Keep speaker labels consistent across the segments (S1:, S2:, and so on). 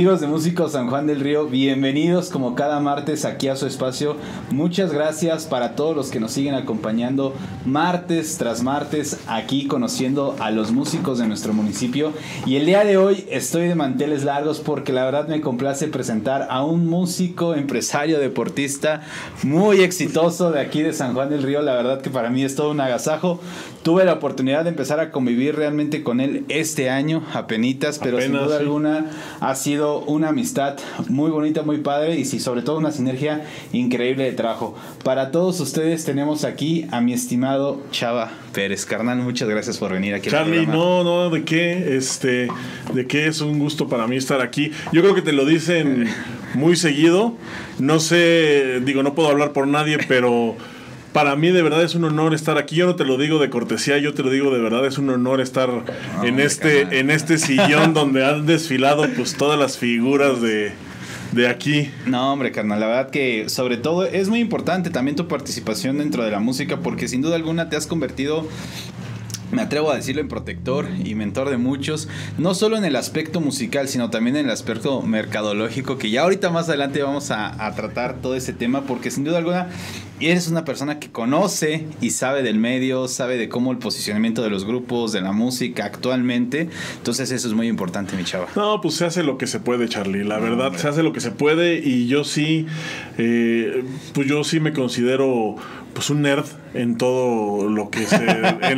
S1: Amigos de Músicos San Juan del Río, bienvenidos como cada martes aquí a su espacio. Muchas gracias para todos los que nos siguen acompañando martes tras martes aquí conociendo a los músicos de nuestro municipio. Y el día de hoy estoy de manteles largos porque la verdad me complace presentar a un músico, empresario, deportista muy exitoso de aquí de San Juan del Río. La verdad que para mí es todo un agasajo. Tuve la oportunidad de empezar a convivir realmente con él este año, apenitas, pero sin duda alguna ha sido una amistad muy bonita, muy padre y sí, sobre todo una sinergia increíble de trabajo. Para todos ustedes tenemos aquí a mi estimado Chava Pérez. Carnal, muchas gracias por venir aquí.
S2: Charlie, no, ¿de qué? De qué, es un gusto para mí estar aquí. Yo creo que te lo dicen muy seguido. No sé, no puedo hablar por nadie, pero para mí de verdad es un honor estar aquí. Yo no te lo digo de cortesía, yo te lo digo de verdad, es un honor estar en este sillón donde han desfilado pues todas las figuras de aquí.
S1: No, hombre, carnal, la verdad que sobre todo es muy importante también tu participación dentro de la música, porque sin duda alguna te has convertido, me atrevo a decirlo, en protector y mentor de muchos, no solo en el aspecto musical, sino también en el aspecto mercadológico, que ya ahorita más adelante vamos a tratar todo ese tema, porque sin duda alguna eres una persona que conoce y sabe del medio, sabe de cómo el posicionamiento de los grupos, de la música actualmente. Entonces eso es muy importante, mi chava.
S2: No, pues se hace lo que se puede, Charlie. La verdad, se hace lo que se puede. Y yo sí, pues yo sí me considero pues un nerd en todo lo que se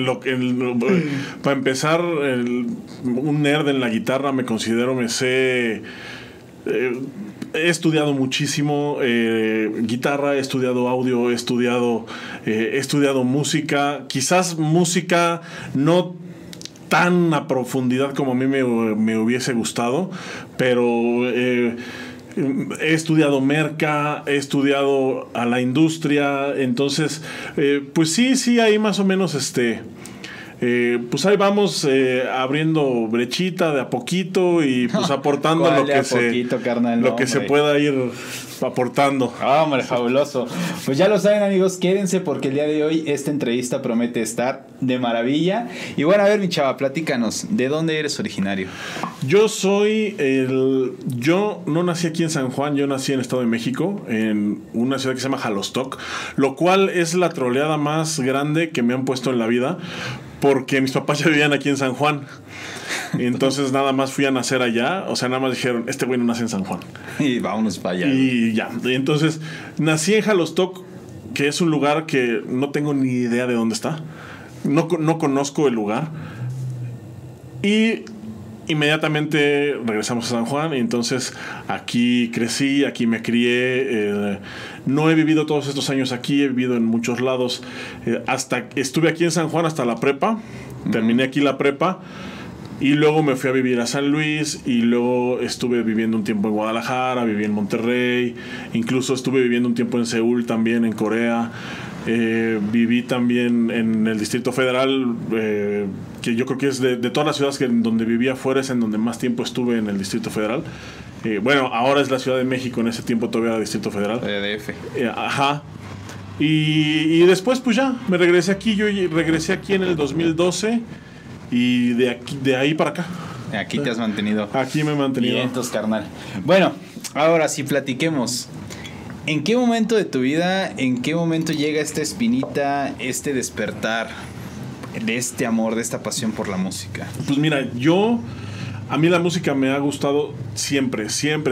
S2: para empezar, un nerd en la guitarra. Me considero, me sé. He estudiado muchísimo guitarra, he estudiado audio, he estudiado música. Quizás música no tan a profundidad como a mí me hubiese gustado, pero he estudiado merca, he estudiado a la industria. Entonces pues sí, ahí más o menos pues ahí vamos abriendo brechita de a poquito y pues aportando lo que se pueda ir aportando.
S1: Hombre, fabuloso. Pues ya lo saben, amigos, quédense porque el día de hoy esta entrevista promete estar de maravilla. Y bueno, a ver, mi chava, platícanos, ¿de dónde eres originario?
S2: Yo no nací aquí en San Juan, yo nací en el Estado de México, en una ciudad que se llama Jalostoc, lo cual es la troleada más grande que me han puesto en la vida, porque mis papás ya vivían aquí en San Juan. Entonces nada más fui a nacer allá. O sea, nada más dijeron, este güey no nace en San Juan
S1: y vámonos para allá.
S2: Y ya, entonces nací en Jalostoc, que es un lugar que no tengo ni idea de dónde está. No conozco el lugar. Y inmediatamente regresamos a San Juan. Y entonces aquí crecí, aquí me crié. No he vivido todos estos años aquí, he vivido en muchos lados. Estuve aquí en San Juan hasta la prepa. Terminé aquí la prepa. Y luego me fui a vivir a San Luis. Y luego estuve viviendo un tiempo en Guadalajara, viví en Monterrey. Incluso estuve viviendo un tiempo en Seúl, también en Corea. Viví también en el Distrito Federal, que yo creo que es de todas las ciudades donde vivía afuera, es en donde más tiempo estuve, en el Distrito Federal. Bueno, ahora es la Ciudad de México, en ese tiempo todavía era Distrito Federal.
S1: DF.
S2: Ajá. Y después pues ya, me regresé aquí. Yo regresé aquí en el 2012 y de ahí para acá.
S1: Aquí te has mantenido.
S2: Aquí me he mantenido.
S1: Vientos, carnal. Bueno, ahora sí platiquemos. ¿En qué momento de tu vida, en qué momento llega esta espinita, este despertar de este amor, de esta pasión por la música?
S2: Pues mira, a mí la música me ha gustado siempre.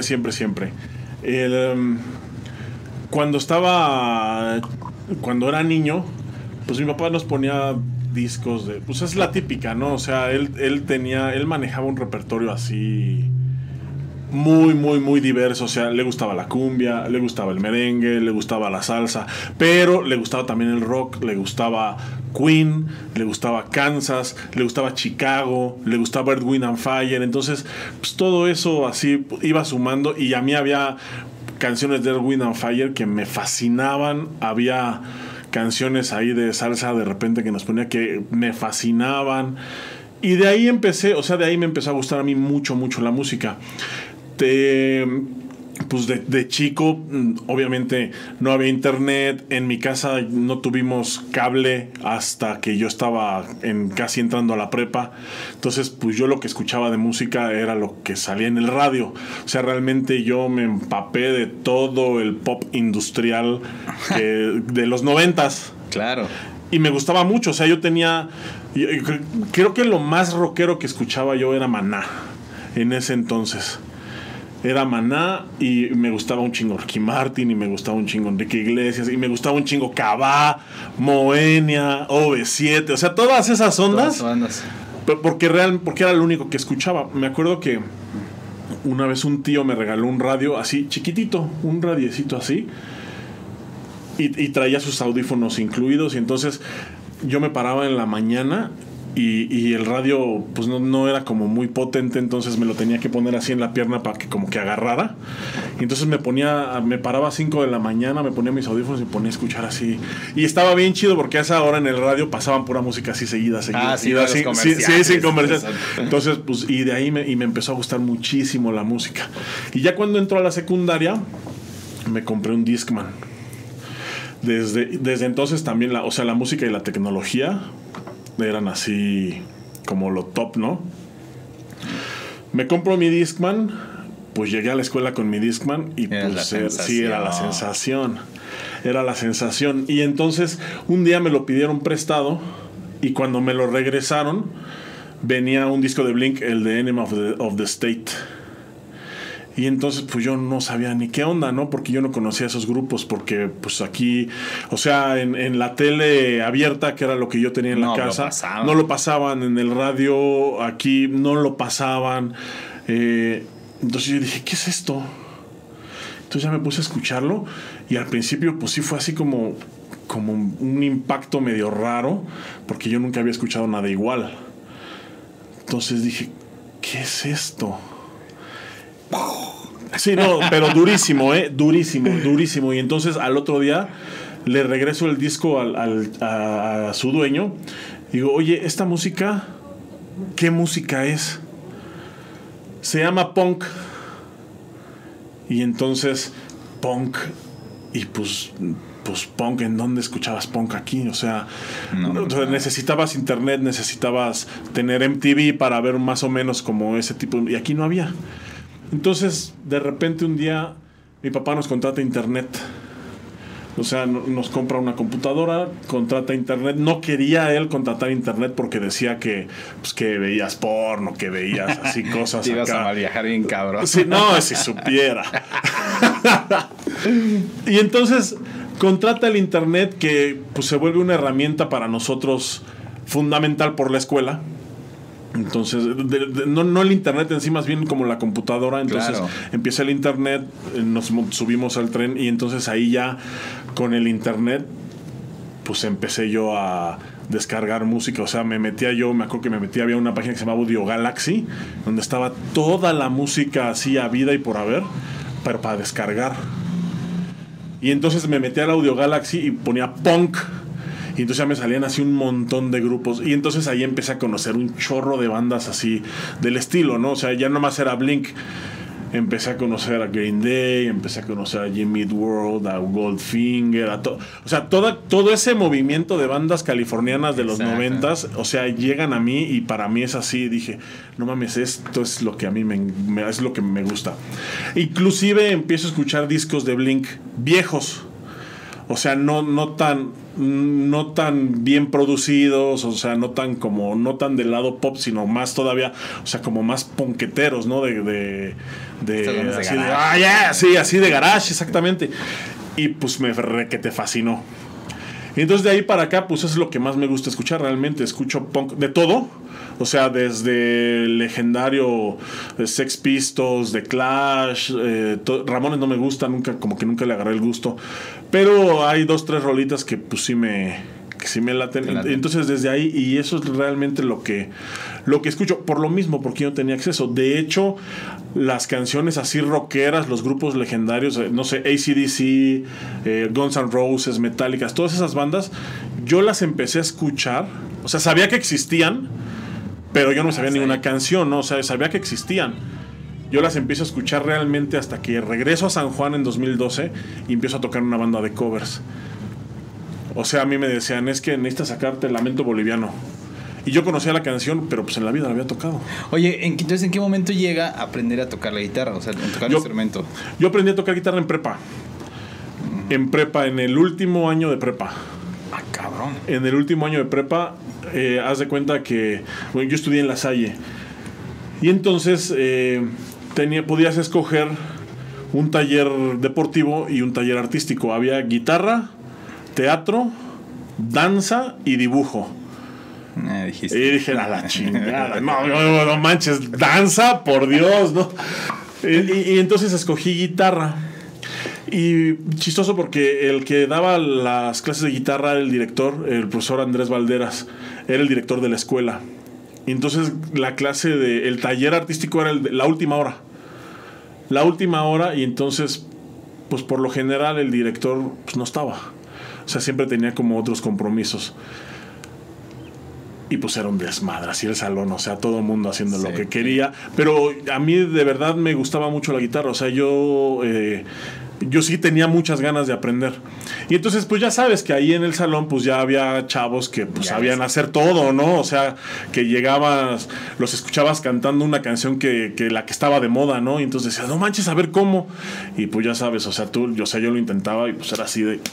S2: Cuando era niño, pues mi papá nos ponía discos pues es la típica, ¿no? O sea, él manejaba un repertorio así muy diverso. O sea, le gustaba la cumbia, le gustaba el merengue, le gustaba la salsa, pero le gustaba también el rock, le gustaba Queen, le gustaba Kansas, le gustaba Chicago, le gustaba Earth, Wind and Fire. Entonces pues todo eso así iba sumando, y a mí había canciones de Earth, Wind and Fire que me fascinaban. Había canciones ahí de salsa de repente que nos ponía que me fascinaban, y de ahí me empezó a gustar a mí mucho la música. pues de chico, obviamente no había internet. En mi casa no tuvimos cable hasta que yo estaba casi entrando a la prepa. Entonces, pues yo lo que escuchaba de música era lo que salía en el radio. O sea, realmente yo me empapé de todo el pop industrial de los 90s.
S1: Claro.
S2: Y me gustaba mucho. O sea, creo que lo más rockero que escuchaba yo era Maná en ese entonces. Era Maná y me gustaba un chingo Ricky Martin y me gustaba un chingo Enrique Iglesias y me gustaba un chingo Cabá, Moenia, OV7, o sea, todas esas ondas. Porque era lo único que escuchaba. Me acuerdo que una vez un tío me regaló un radio así chiquitito, un radiecito así, y traía sus audífonos incluidos, y entonces yo me paraba en la mañana y el radio pues no era como muy potente, entonces me lo tenía que poner así en la pierna para que como que agarrara. Y entonces me paraba a 5 de la mañana, me ponía mis audífonos y me ponía a escuchar así. Y estaba bien chido porque a esa hora en el radio pasaban pura música así seguida.
S1: Sí,
S2: sin comerciales. Entonces, pues, y de ahí me empezó a gustar muchísimo la música. Y ya cuando entró a la secundaria, me compré un Discman. Desde entonces también la música y la tecnología eran así como lo top, ¿no? Me compro mi Discman, pues llegué a la escuela con mi Discman y pues sí, era la sensación. Era la sensación. Y entonces un día me lo pidieron prestado y cuando me lo regresaron venía un disco de Blink, el de Enema of the State. Y entonces pues yo no sabía ni qué onda, ¿no? Porque yo no conocía esos grupos, porque pues aquí, o sea, en la tele abierta, que era lo que yo tenía en la casa, no lo pasaban. En el radio aquí no lo pasaban. Entonces yo dije, ¿qué es esto? Entonces ya me puse a escucharlo y al principio pues sí fue así como un impacto medio raro, porque yo nunca había escuchado nada igual. Entonces dije, ¿qué es esto? Sí, no, pero durísimo, durísimo. Y entonces al otro día le regreso el disco a su dueño. Digo, oye, esta música, ¿qué música es? Se llama punk. Y entonces, punk. Y pues punk, ¿en dónde escuchabas punk aquí? O sea, necesitabas internet, necesitabas tener MTV para ver más o menos como ese tipo. Y aquí no había. Entonces, de repente un día mi papá nos contrata internet. O sea, nos compra una computadora, contrata internet. No quería él contratar internet porque decía que veías porno, que veías así cosas.
S1: Te ibas a mal viajar bien cabrón.
S2: Sí, no, si supiera. Y entonces contrata el internet, que pues se vuelve una herramienta para nosotros fundamental por la escuela. Entonces, no el internet en sí, más bien como la computadora. Entonces empieza el internet, nos subimos al tren y entonces ahí ya con el internet pues empecé yo a descargar música. O sea, me acuerdo que había una página que se llamaba Audio Galaxy, donde estaba toda la música así habida y por haber, pero para descargar. Y entonces me metí al Audio Galaxy y ponía punk. Y entonces ya me salían así un montón de grupos. Y entonces ahí empecé a conocer un chorro de bandas así del estilo, ¿no? O sea, ya nomás era Blink. Empecé a conocer a Green Day, empecé a conocer a Jimmy Eat World, a Goldfinger, o sea, todo ese movimiento de bandas californianas de los 90s, o sea, llegan a mí y para mí es así. Dije, no mames, esto es lo que a mí es lo que me gusta. Inclusive empiezo a escuchar discos de Blink viejos. O sea, no tan bien producidos, o sea, no tan del lado pop, sino más todavía, o sea, como más ponqueteros, ¿no? Así de garage, exactamente. Y pues que te fascinó. Y entonces de ahí para acá, pues es lo que más me gusta escuchar. Realmente escucho punk de todo. O sea, desde el legendario Sex Pistols, The Clash, Ramones no me gusta, nunca le agarré el gusto. Pero hay 2-3 rolitas que pues sí me laten. Entonces desde ahí, y eso es realmente lo que escucho. Por lo mismo, porque yo no tenía acceso. De hecho, las canciones así rockeras, los grupos legendarios, no sé, AC/DC, Guns N' Roses, Metallica, todas esas bandas, yo las empecé a escuchar. O sea, sabía que existían, pero yo no sabía ninguna canción, ¿no? O sea, sabía que existían. yo las empiezo a escuchar realmente hasta que regreso a San Juan en 2012 y empiezo a tocar una banda de covers. O sea, a mí me decían, es que necesitas sacarte el Lamento Boliviano. Y yo conocía la canción, pero pues en la vida la había tocado.
S1: Oye, entonces, ¿en qué momento llega a aprender a tocar la guitarra? O sea, a tocar el instrumento.
S2: Yo aprendí a tocar guitarra en prepa. En prepa, en el último año de prepa.
S1: Ah, cabrón.
S2: En el último año de prepa, haz de cuenta que bueno, yo estudié en La Salle. Y entonces podías escoger un taller deportivo y un taller artístico. Había guitarra, teatro, danza y dibujo.
S1: Dijiste.
S2: Y dije, a la chingada. No manches, danza, por Dios, ¿no? Y entonces escogí guitarra. Y chistoso porque el que daba las clases de guitarra era el director, el profesor Andrés Valderas. Era el director de la escuela. Y entonces el taller artístico era la última hora. La última hora, y entonces, pues por lo general el director pues, no estaba. O sea, siempre tenía como otros compromisos. Y pues era un desmadre, así el salón, o sea, todo el mundo haciendo lo que quería. Pero a mí de verdad me gustaba mucho la guitarra, o sea, yo sí tenía muchas ganas de aprender. Y entonces, pues ya sabes que ahí en el salón, pues ya había chavos que pues sabían hacer todo, ¿no? O sea, que llegabas, los escuchabas cantando una canción que la que estaba de moda, ¿no? Y entonces decías, no manches, a ver cómo. Y pues ya sabes, o sea, yo lo intentaba y pues era así de...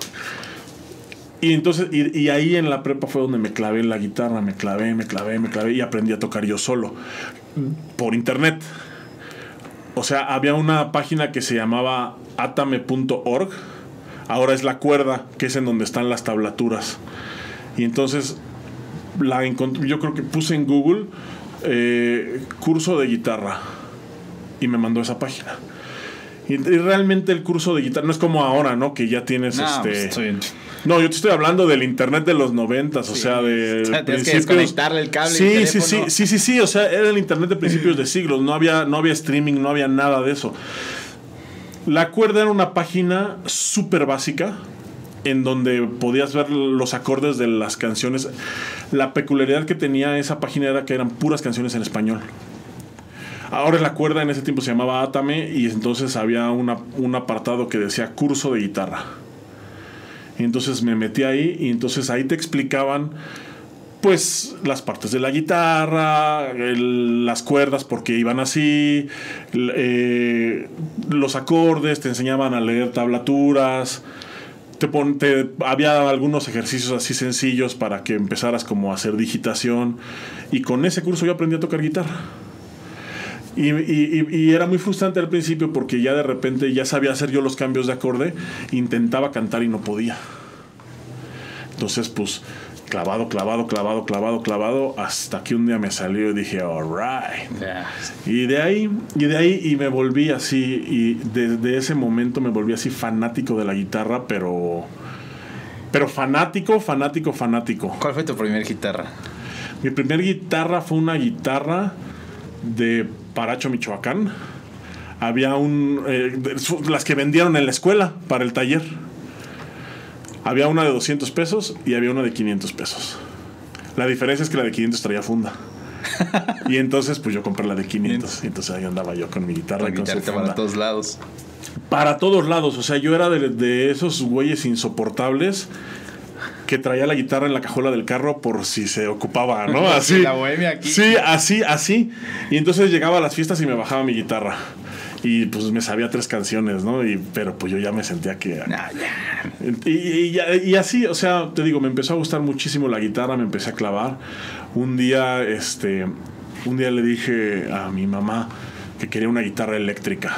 S2: Y entonces, y ahí en la prepa fue donde me clavé en la guitarra, me clavé y aprendí a tocar yo solo, por internet. O sea, había una página que se llamaba atame.org, ahora es La Cuerda, que es en donde están las tablaturas. Y entonces la encontré, yo creo que puse en Google curso de guitarra y me mandó esa página. Y realmente el curso de guitarra no es como ahora, ¿no? Que ya tienes No, yo te estoy hablando del internet de los 90s, o sea, de...
S1: O sea, tienes que desconectarle el cable.
S2: Sí, o sea, era el internet de principios de siglos, no había streaming, no había nada de eso. La Cuerda era una página súper básica, en donde podías ver los acordes de las canciones. La peculiaridad que tenía esa página era que eran puras canciones en español. Ahora La Cuerda en ese tiempo se llamaba Atame, y entonces había un apartado que decía curso de guitarra. Y entonces me metí ahí, y entonces ahí te explicaban pues las partes de la guitarra, las cuerdas porque iban así, los acordes, te enseñaban a leer tablaturas, había algunos ejercicios así sencillos para que empezaras como a hacer digitación, y con ese curso yo aprendí a tocar guitarra. Y era muy frustrante al principio porque ya de repente ya sabía hacer yo los cambios de acorde, intentaba cantar y no podía. Entonces pues clavado, hasta que un día me salió y dije, alright. Y de ahí me volví así, y desde ese momento me volví así fanático de la guitarra, pero fanático.
S1: ¿Cuál fue tu primer guitarra?
S2: Mi primer guitarra fue una guitarra de Paracho, Michoacán. Había las que vendieron en la escuela para el taller. Había una de 200 pesos y había una de 500 pesos. La diferencia es que la de 500 traía funda. Y entonces pues yo compré la de 500. Y entonces ahí andaba yo con mi guitarra. Con su funda.
S1: Para todos lados.
S2: Para todos lados. O sea, yo era de esos güeyes insoportables que traía la guitarra en la cajuela del carro por si se ocupaba, ¿no? Así.
S1: La bohemia aquí.
S2: Sí, así. Y entonces llegaba a las fiestas y me bajaba mi guitarra. Y pues me sabía 3 canciones, ¿no? Pero pues yo ya me sentía que... Y así, o sea, te digo, me empezó a gustar muchísimo la guitarra, me empecé a clavar. Un día le dije a mi mamá que quería una guitarra eléctrica.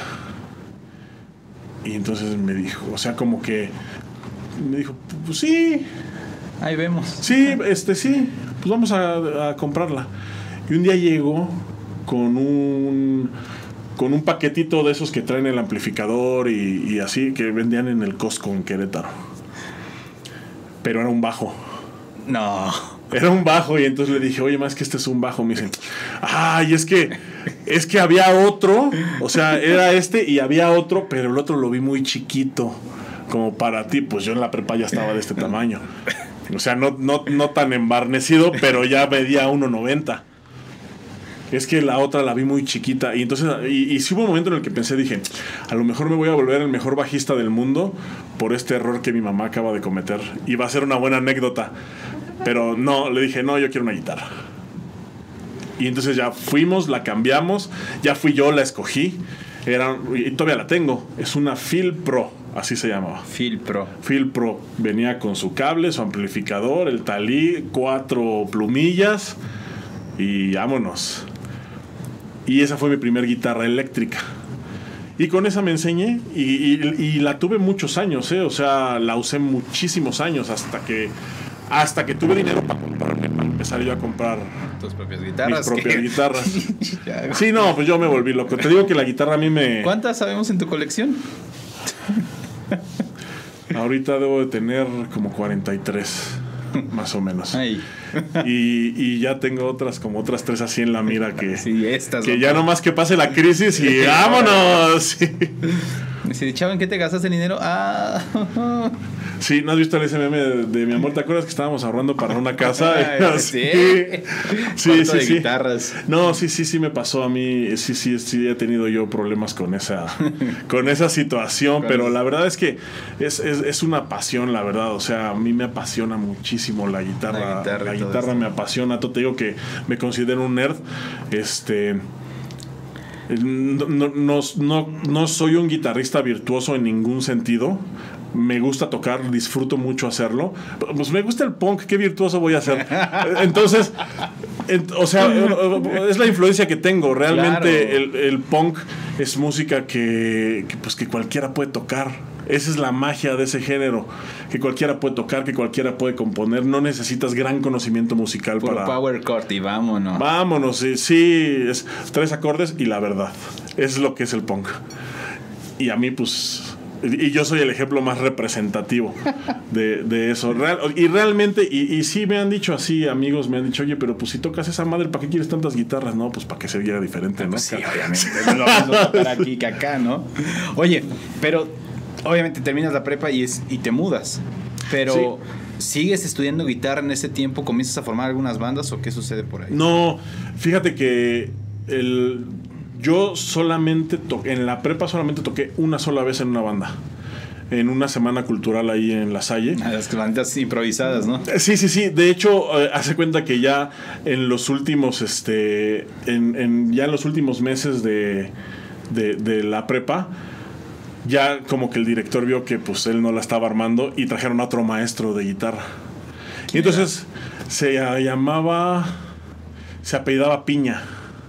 S2: Y entonces me dijo, o sea, como que... Me dijo, pues sí...
S1: Ahí vemos.
S2: Sí, sí, pues vamos a comprarla. Y un día llegó con un paquetito de esos que traen el amplificador y así, que vendían en el Costco en Querétaro. Pero era un bajo.
S1: No.
S2: Era un bajo, y entonces le dije, oye, más que este es un bajo. Me dicen, ay, es que había otro, o sea, era este y había otro, pero el otro lo vi muy chiquito, como para ti. Pues yo en la prepa ya estaba de este tamaño. O sea, no tan embarnecido, pero ya medía 1.90. es que la otra la vi muy chiquita. Y entonces, y sí hubo un momento en el que pensé, dije, a lo mejor me voy a volver el mejor bajista del mundo por este error que mi mamá acaba de cometer. Y va a ser una buena anécdota. Pero no, le dije, no, yo quiero una guitarra. Y entonces ya fuimos, la cambiamos, ya fui yo, la escogí. Y todavía la tengo. Es una Feel Pro, así se llamaba.
S1: Feel Pro.
S2: Feel Pro. Venía con su cable, su amplificador, el talí, 4 plumillas y vámonos. Y esa fue mi primer guitarra eléctrica. Y con esa me enseñé y la tuve muchos años, o sea, la usé muchísimos años hasta que tuve dinero para empezar yo a comprar
S1: tus propias guitarras.
S2: Mis propias guitarras. Sí, no, pues yo me volví loco. Te digo que la guitarra a mí me...
S1: ¿Cuántas sabemos en tu colección?
S2: Ahorita debo de tener como 43, más o menos.
S1: Ay.
S2: Y ya tengo otras 3 así en la mira que,
S1: sí, estas
S2: que ya nomás que pase la crisis y vámonos. Sí.
S1: Si chavo, ¿en qué te gastas el dinero?
S2: Sí, ¿no has visto el SMM de mi amor? ¿Te acuerdas que estábamos ahorrando para una casa?
S1: Sí.
S2: Sí.
S1: Guitarras.
S2: No, sí me pasó a mí. Sí he tenido yo problemas con esa situación, pero la verdad es que es una pasión, la verdad. O sea, a mí me apasiona muchísimo la guitarra. La guitarra me apasiona. Te digo que me considero un nerd. No soy un guitarrista virtuoso en ningún sentido. Me gusta tocar, disfruto mucho hacerlo. Pues me gusta el punk, qué virtuoso voy a ser. Entonces, o sea, es la influencia que tengo. Realmente claro. el punk es música que cualquiera puede tocar. Esa es la magia de ese género, que cualquiera puede tocar, que cualquiera puede componer. No necesitas gran conocimiento musical
S1: para... power chord y vámonos.
S2: Vámonos, sí, es 3 acordes y la verdad. Es lo que es el punk. Y a mí, pues... Y yo soy el ejemplo más representativo de eso. Realmente, y sí me han dicho así, amigos me han dicho, oye, pero pues si tocas esa madre, ¿para qué quieres tantas guitarras? No, pues para que se viera diferente, ¿no?
S1: Pues sí, obviamente. No es lo mismo tocar aquí que acá, ¿no? Oye, pero obviamente terminas la prepa y te mudas. Pero sí. ¿Sigues estudiando guitarra en ese tiempo? ¿Comienzas a formar algunas bandas o qué sucede por ahí?
S2: No, fíjate que yo solamente en la prepa solamente toqué una sola vez en una banda. En una semana cultural ahí en La Salle.
S1: Las bandas improvisadas, ¿no?
S2: Sí. De hecho, hace cuenta que ya en los últimos, ya en los últimos meses de la prepa, ya como que el director vio que pues él no la estaba armando y trajeron a otro maestro de guitarra. Y entonces se apellidaba Piña.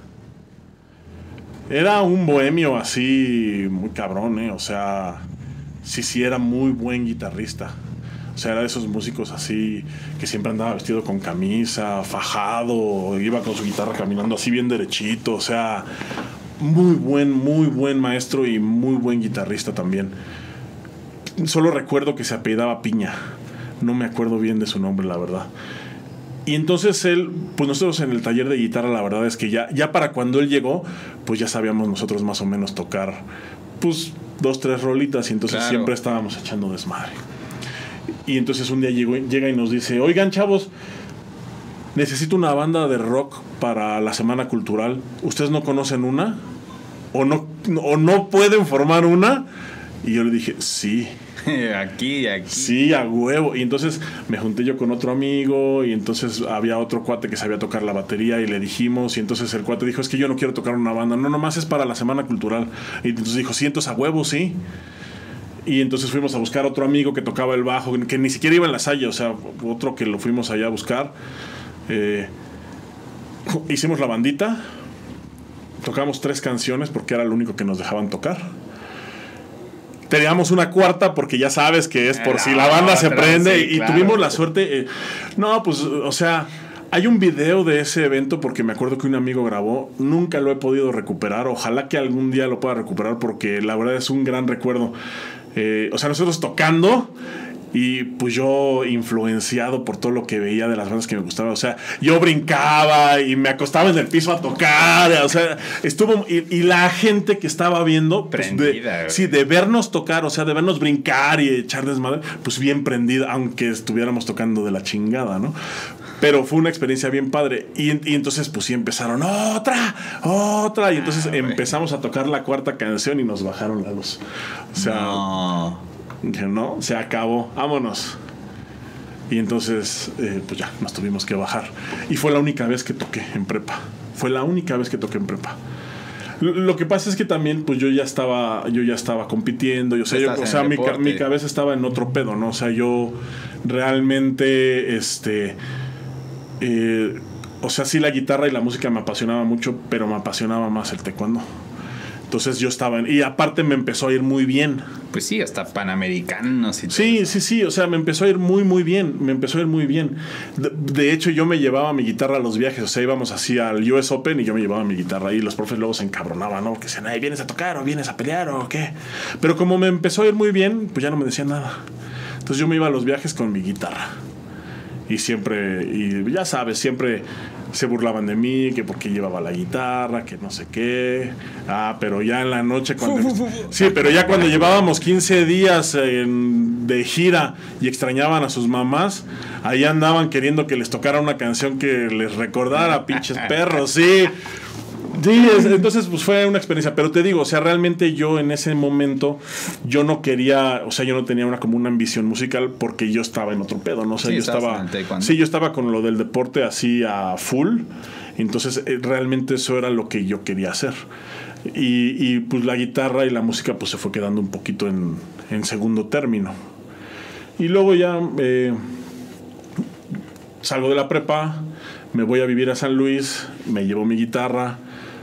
S2: Era un bohemio así muy cabrón, o sea, sí era muy buen guitarrista. O sea, era de esos músicos así que siempre andaba vestido con camisa, fajado, iba con su guitarra caminando así bien derechito. O sea, muy buen maestro y muy buen guitarrista también. Solo recuerdo que se apellidaba Piña. No me acuerdo bien de su nombre, la verdad. Y entonces pues nosotros en el taller de guitarra, la verdad es que ya para cuando él llegó, pues ya sabíamos nosotros más o menos tocar, pues 2, 3 rolitas, y entonces siempre estábamos echando desmadre. Y entonces un día llega y nos dice, oigan, chavos, necesito una banda de rock para la semana cultural. ¿Ustedes no conocen una? ¿O no pueden formar una? Y yo le dije, sí.
S1: Aquí.
S2: Sí, a huevo. Y entonces me junté yo con otro amigo y entonces había otro cuate que sabía tocar la batería y le dijimos, y entonces el cuate dijo, es que yo no quiero tocar una banda, no, nomás es para la semana cultural. Y entonces dijo, sí, entonces a huevo, sí. Y entonces fuimos a buscar otro amigo que tocaba el bajo, que ni siquiera iba en La Salle, o sea, otro que lo fuimos allá a buscar. Hicimos la bandita, tocamos 3 canciones porque era lo único que nos dejaban tocar. Teníamos una cuarta porque ya sabes que es por si la banda se prende, sí, y claro. Tuvimos la suerte. O sea, hay un video de ese evento porque me acuerdo que un amigo grabó. Nunca lo he podido recuperar. Ojalá que algún día lo pueda recuperar porque la verdad es un gran recuerdo. O sea, nosotros tocando y pues yo influenciado por todo lo que veía de las bandas que me gustaban. O sea, yo brincaba y me acostaba en el piso a tocar. O sea, estuvo... Y la gente que estaba viendo...
S1: Prendida.
S2: Pues de vernos tocar, o sea, de vernos brincar y echar desmadre, pues bien prendida, aunque estuviéramos tocando de la chingada, ¿no? Pero fue una experiencia bien padre. Y entonces, pues sí empezaron, otra. Y entonces empezamos a tocar la cuarta canción y nos bajaron la luz. O sea, dije, no, se acabó, vámonos. Y entonces, pues ya, nos tuvimos que bajar. Y fue la única vez que toqué en prepa. Lo que pasa es que también, pues yo ya estaba compitiendo. Mi cabeza estaba en otro pedo, ¿no? O sea, yo realmente, o sea, sí la guitarra y la música me apasionaba mucho, pero me apasionaba más el taekwondo. Entonces yo estaba y aparte me empezó a ir muy bien.
S1: Pues sí, hasta panamericanos y todo.
S2: Sí, o sea, me empezó a ir muy bien. De hecho, yo me llevaba mi guitarra a los viajes, o sea, íbamos así al US Open y yo me llevaba mi guitarra y los profes luego se encabronaban, ¿no? Porque decían, ay, ¿vienes a tocar o vienes a pelear o qué? Pero como me empezó a ir muy bien, pues ya no me decían nada. Entonces yo me iba a los viajes con mi guitarra. Y ya sabes, siempre se burlaban de mí, que porque llevaba la guitarra, que no sé qué. Pero ya en la noche pero ya cuando llevábamos 15 días de gira y extrañaban a sus mamás, ahí andaban queriendo que les tocara una canción que les recordara, pinches perros, sí. Sí, entonces pues fue una experiencia, pero te digo, o sea, realmente yo en ese momento yo no quería, o sea, yo no tenía como una ambición musical porque yo estaba en otro pedo, ¿no? O sea, yo estaba con lo del deporte así a full, entonces realmente eso era lo que yo quería hacer. Y pues la guitarra y la música pues se fue quedando un poquito en segundo término. Y luego ya salgo de la prepa, me voy a vivir a San Luis, me llevo mi guitarra.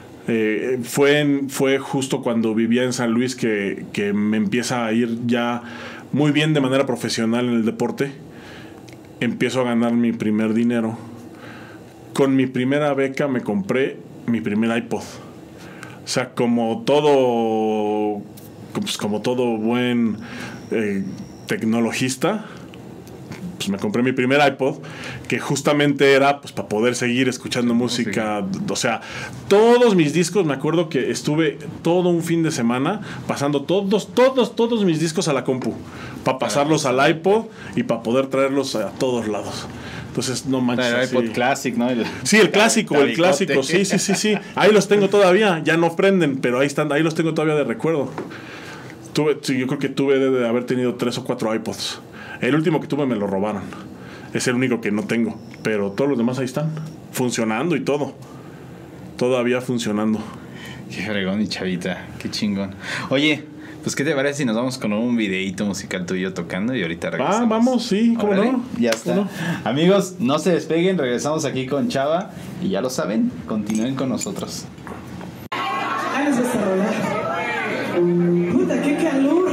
S2: Fue justo cuando vivía en San Luis que me empieza a ir ya muy bien de manera profesional en el deporte. Empiezo a ganar mi primer dinero. Con mi primera beca me compré mi primer iPod. O sea, como todo buen tecnologista, pues me compré mi primer iPod, que justamente era pues para poder seguir escuchando música. O sea, todos mis discos, me acuerdo que estuve todo un fin de semana pasando todos mis discos a la compu, para pasarlos al iPod y para poder traerlos a todos lados. Entonces, no manches.
S1: El iPod Classic, ¿no?
S2: Sí, el clásico, sí. Ahí los tengo todavía, ya no prenden, pero ahí están, ahí los tengo todavía de recuerdo. Yo creo que tuve de haber tenido 3 o 4 iPods. El último que tuve me lo robaron. Es el único que no tengo. Pero todos los demás ahí están. Funcionando y todo. Todavía funcionando.
S1: Qué fregón y chavita. Qué chingón. Oye, pues ¿qué te parece si nos vamos con un videíto musical tuyo tocando y ahorita regresamos?
S2: Vamos, sí, ¿cómo no?
S1: Ya está. ¿Cómo no? Amigos, no se despeguen. Regresamos aquí con Chava. Y ya lo saben, continúen con nosotros.
S3: Háganse esta rola. Puta, qué calor.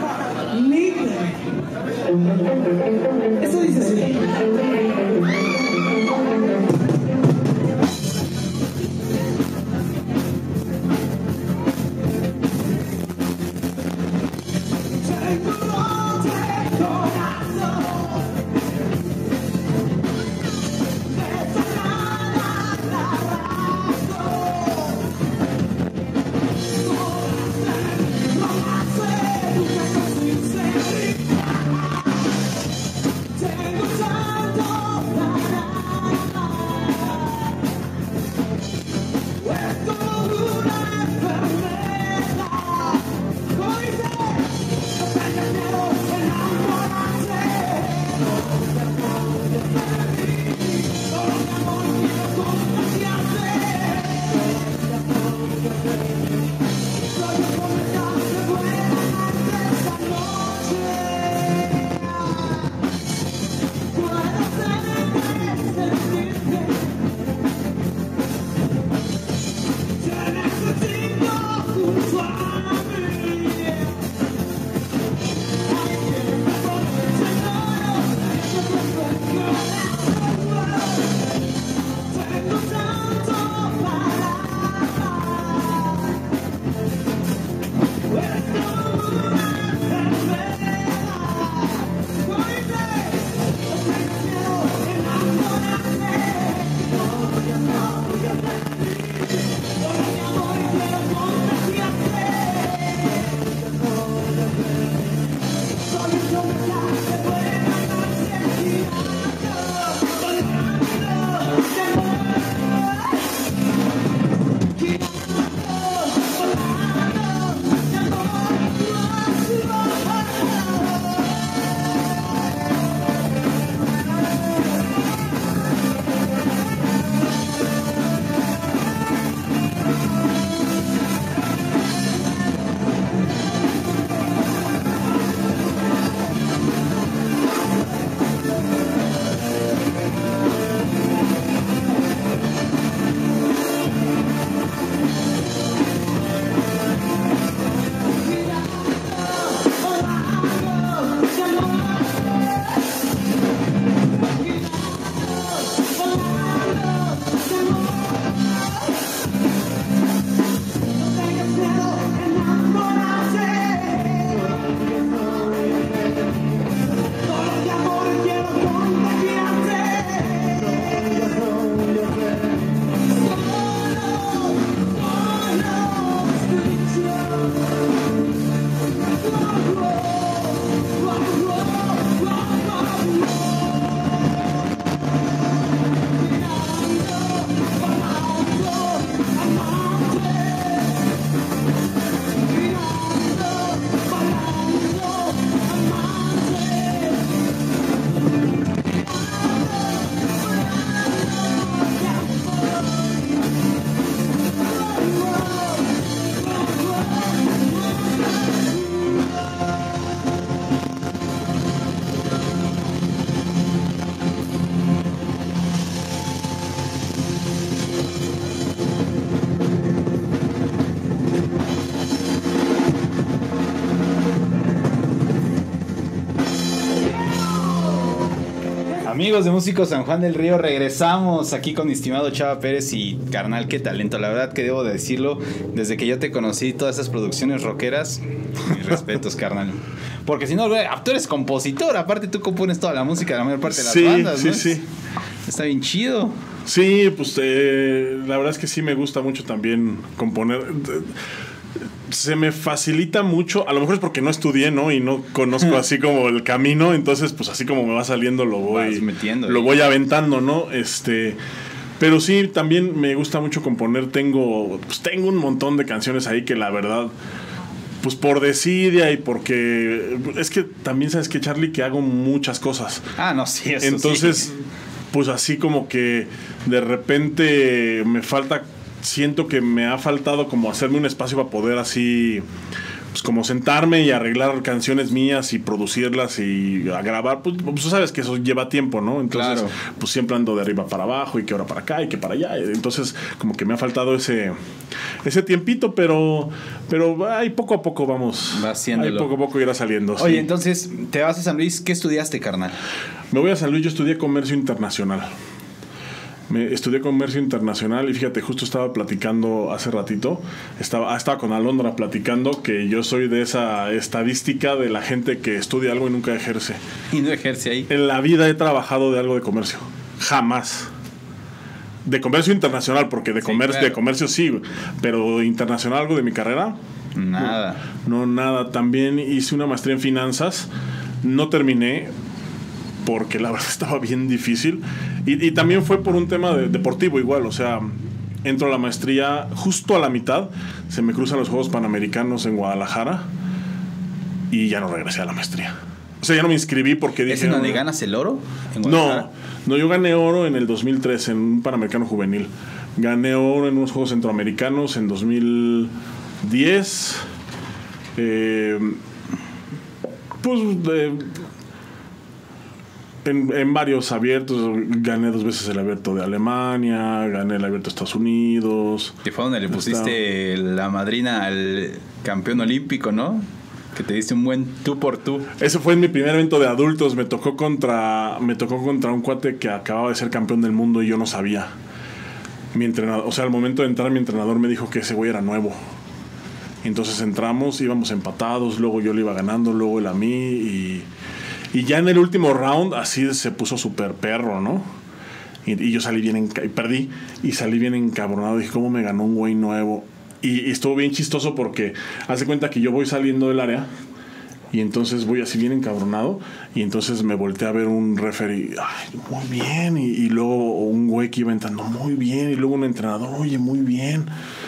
S3: Esto dice así.
S1: Amigos de Músicos San Juan del Río, regresamos aquí con mi estimado Chava Pérez y carnal, qué talento. La verdad que debo de decirlo, desde que yo te conocí, todas esas producciones rockeras, mis respetos, carnal. Porque si no, tú eres compositor, aparte tú compones toda la música de la mayor parte de las bandas, ¿no?
S2: Sí.
S1: Está bien chido.
S2: Sí, pues la verdad es que sí me gusta mucho también componer. Se me facilita mucho, a lo mejor es porque no estudié, ¿no? Y no conozco así como el camino, entonces pues así como me va saliendo lo voy aventando, ¿no? Pero sí, también me gusta mucho componer. Tengo un montón de canciones ahí que la verdad, pues por desidia y porque es que también sabes que, Charlie, que hago muchas cosas.
S1: Ah, no, sí, eso
S2: entonces,
S1: sí.
S2: Pues así como que de repente siento que me ha faltado como hacerme un espacio para poder así, pues como sentarme y arreglar canciones mías y producirlas y a grabar. Pues tú sabes que eso lleva tiempo, ¿no? Entonces,
S1: claro,
S2: pues siempre ando de arriba para abajo y que ahora para acá y que para allá. Entonces, como que me ha faltado ese tiempito, pero ahí poco a poco vamos.
S1: Va haciéndolo.
S2: Ahí poco a poco irá saliendo.
S1: Oye,
S2: sí.
S1: entonces, te vas a San Luis. ¿Qué estudiaste, carnal?
S2: Me voy a San Luis, yo estudié comercio internacional. Estudié comercio internacional y fíjate, justo estaba platicando hace ratito, estaba con Alondra platicando que yo soy de esa estadística de la gente que estudia algo y nunca ejerce.
S1: Y no ejerce ahí.
S2: En la vida he trabajado de algo de comercio. Jamás. De comercio internacional, porque de comercio sí, pero internacional, algo de mi carrera.
S1: Nada.
S2: No, nada. También hice una maestría en finanzas. No terminé porque la verdad estaba bien difícil. Y también fue por un tema deportivo igual. O sea, entro a la maestría justo a la mitad. Se me cruzan los Juegos Panamericanos en Guadalajara. Y ya no regresé a la maestría. O sea, ya no me inscribí porque dije...
S1: ¿Es en donde ganas el oro?
S2: No, yo gané oro en el 2003 en un Panamericano juvenil. Gané oro en unos Juegos Centroamericanos en 2010. En varios abiertos. Gané 2 veces el abierto de Alemania, gané el abierto de Estados Unidos.
S1: Que fue donde le pusiste la madrina al campeón olímpico, ¿no? Que te diste un buen tú por tú.
S2: Ese fue en mi primer evento de adultos. Me tocó contra un cuate que acababa de ser campeón del mundo y yo no sabía. Mi entrenador, o sea, al momento de entrar, mi entrenador me dijo que ese güey era nuevo. Entonces entramos, íbamos empatados, luego yo le iba ganando, luego él a mí y ya en el último round así se puso súper perro, ¿no? Y yo salí bien perdí y salí bien encabronado. Dije, ¿cómo me ganó un güey nuevo? Y estuvo bien chistoso porque hace cuenta que yo voy saliendo del área y entonces voy así bien encabronado y entonces me volteé a ver un referee, ay, muy bien, y luego un güey que iba entrando, muy bien, y luego un entrenador, oye, muy bien.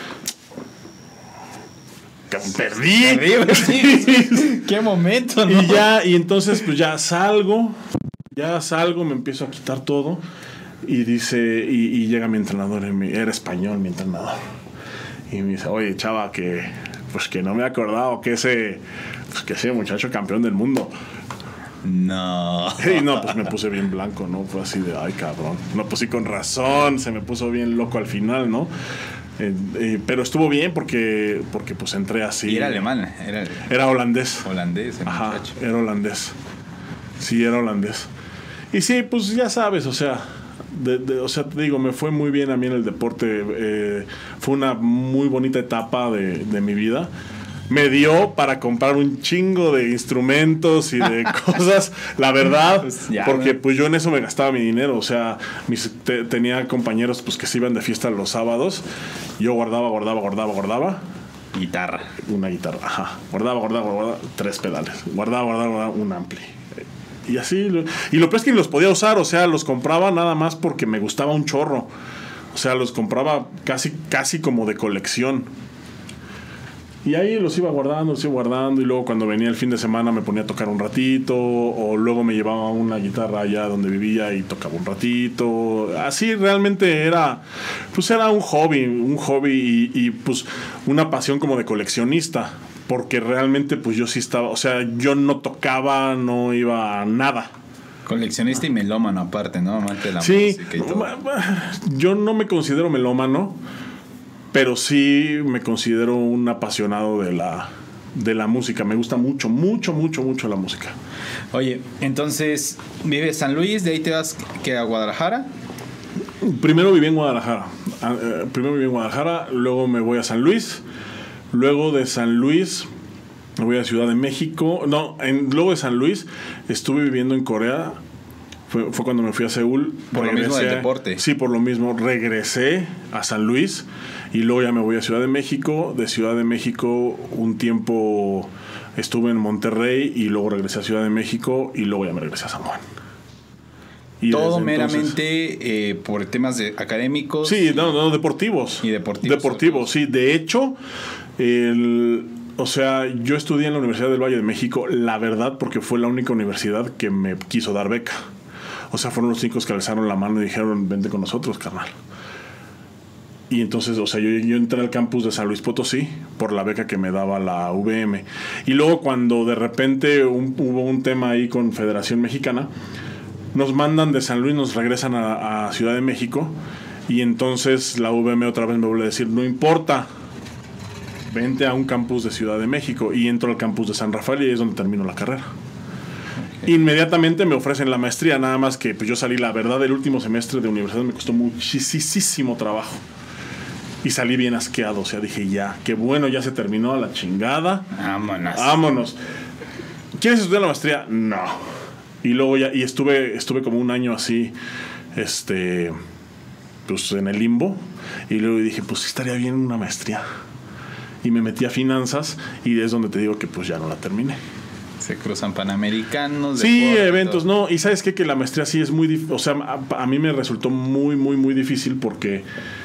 S2: Perdí.
S1: Qué momento, ¿no?
S2: Y entonces pues ya salgo, me empiezo a quitar todo y dice, y llega mi entrenador, era español mi entrenador, y me dice, oye, chava, que no me he acordado que ese muchacho campeón del mundo.
S1: No.
S2: Y no, pues me puse bien blanco, ¿no? Fue así de, ay, cabrón. No, pues sí, con razón, se me puso bien loco al final, ¿no? Pero estuvo bien porque pues entré así.
S1: ¿Y era alemán?
S2: Era holandés.
S1: Holandés, el
S2: Ajá,
S1: muchacho.
S2: era holandés. Sí, era holandés. Y sí, pues ya sabes, o sea, o sea, te digo, me fue muy bien a mí en el deporte. Fue una muy bonita etapa de mi vida. Me dio para comprar un chingo de instrumentos y de cosas, la verdad,
S1: pues ya,
S2: porque
S1: ¿no?
S2: pues yo en eso me gastaba mi dinero. O sea, tenía compañeros pues que se iban de fiesta los sábados. Yo guardaba.
S1: Guitarra.
S2: Una guitarra, ajá. Guardaba 3 pedales. Guardaba un ampli. Y así. Y lo peor es que los podía usar, o sea, los compraba nada más porque me gustaba un chorro. O sea, los compraba casi como de colección. Y ahí los iba guardando, y luego cuando venía el fin de semana me ponía a tocar un ratito, o luego me llevaba una guitarra allá donde vivía y tocaba un ratito. Así realmente era un hobby y pues una pasión como de coleccionista, porque realmente pues yo sí estaba, o sea, yo no tocaba, no iba a nada.
S1: Coleccionista y melómano aparte, ¿no? Amante de la
S2: Sí,
S1: música y todo.
S2: yo no me considero melómano, pero sí me considero un apasionado de de la música. Me gusta mucho, mucho, mucho, mucho la música.
S1: Oye, entonces, vives en San Luis, de ahí te vas a Guadalajara.
S2: Primero viví en Guadalajara. Luego me voy a San Luis. Luego de San Luis me voy a Ciudad de México. Luego de San Luis estuve viviendo en Corea. Fue cuando me fui a Seúl.
S1: Por lo mismo del deporte.
S2: Sí, por lo mismo. Regresé a San Luis y luego ya me voy a Ciudad de México. De Ciudad de México un tiempo estuve en Monterrey y luego regresé a Ciudad de México y luego ya me regresé a San Juan.
S1: Y todo meramente por temas académicos.
S2: Sí, deportivos.
S1: Y deportivos.
S2: Deportivos, sí. De hecho, o sea, yo estudié en la Universidad del Valle de México, la verdad, porque fue la única universidad que me quiso dar beca. O sea, fueron los chicos que alzaron la mano y dijeron, vente con nosotros, carnal. Y entonces, o sea, yo entré al campus de San Luis Potosí por la beca que me daba la VM. Y luego cuando de repente hubo un tema ahí con Federación Mexicana, nos mandan de San Luis, nos regresan a Ciudad de México. Y entonces la VM otra vez me vuelve a decir, no importa, vente a un campus de Ciudad de México. Y entro al campus de San Rafael y ahí es donde termino la carrera. Okay. Inmediatamente me ofrecen la maestría, nada más que pues yo salí, la verdad, el último semestre de universidad me costó muchísimo trabajo. Y salí bien asqueado, o sea, dije ya, qué bueno, ya se terminó la chingada. Vámonos. ¿Quieres estudiar la maestría? No. Y luego ya, y estuve como un año así, pues en el limbo. Y luego dije, pues sí estaría bien una maestría. Y me metí a finanzas y es donde te digo que pues ya no la terminé.
S1: Se cruzan panamericanos.
S2: Sí, eventos, no. Y sabes qué, que la maestría sí es muy difícil. O sea, a mí me resultó muy, muy, muy difícil porque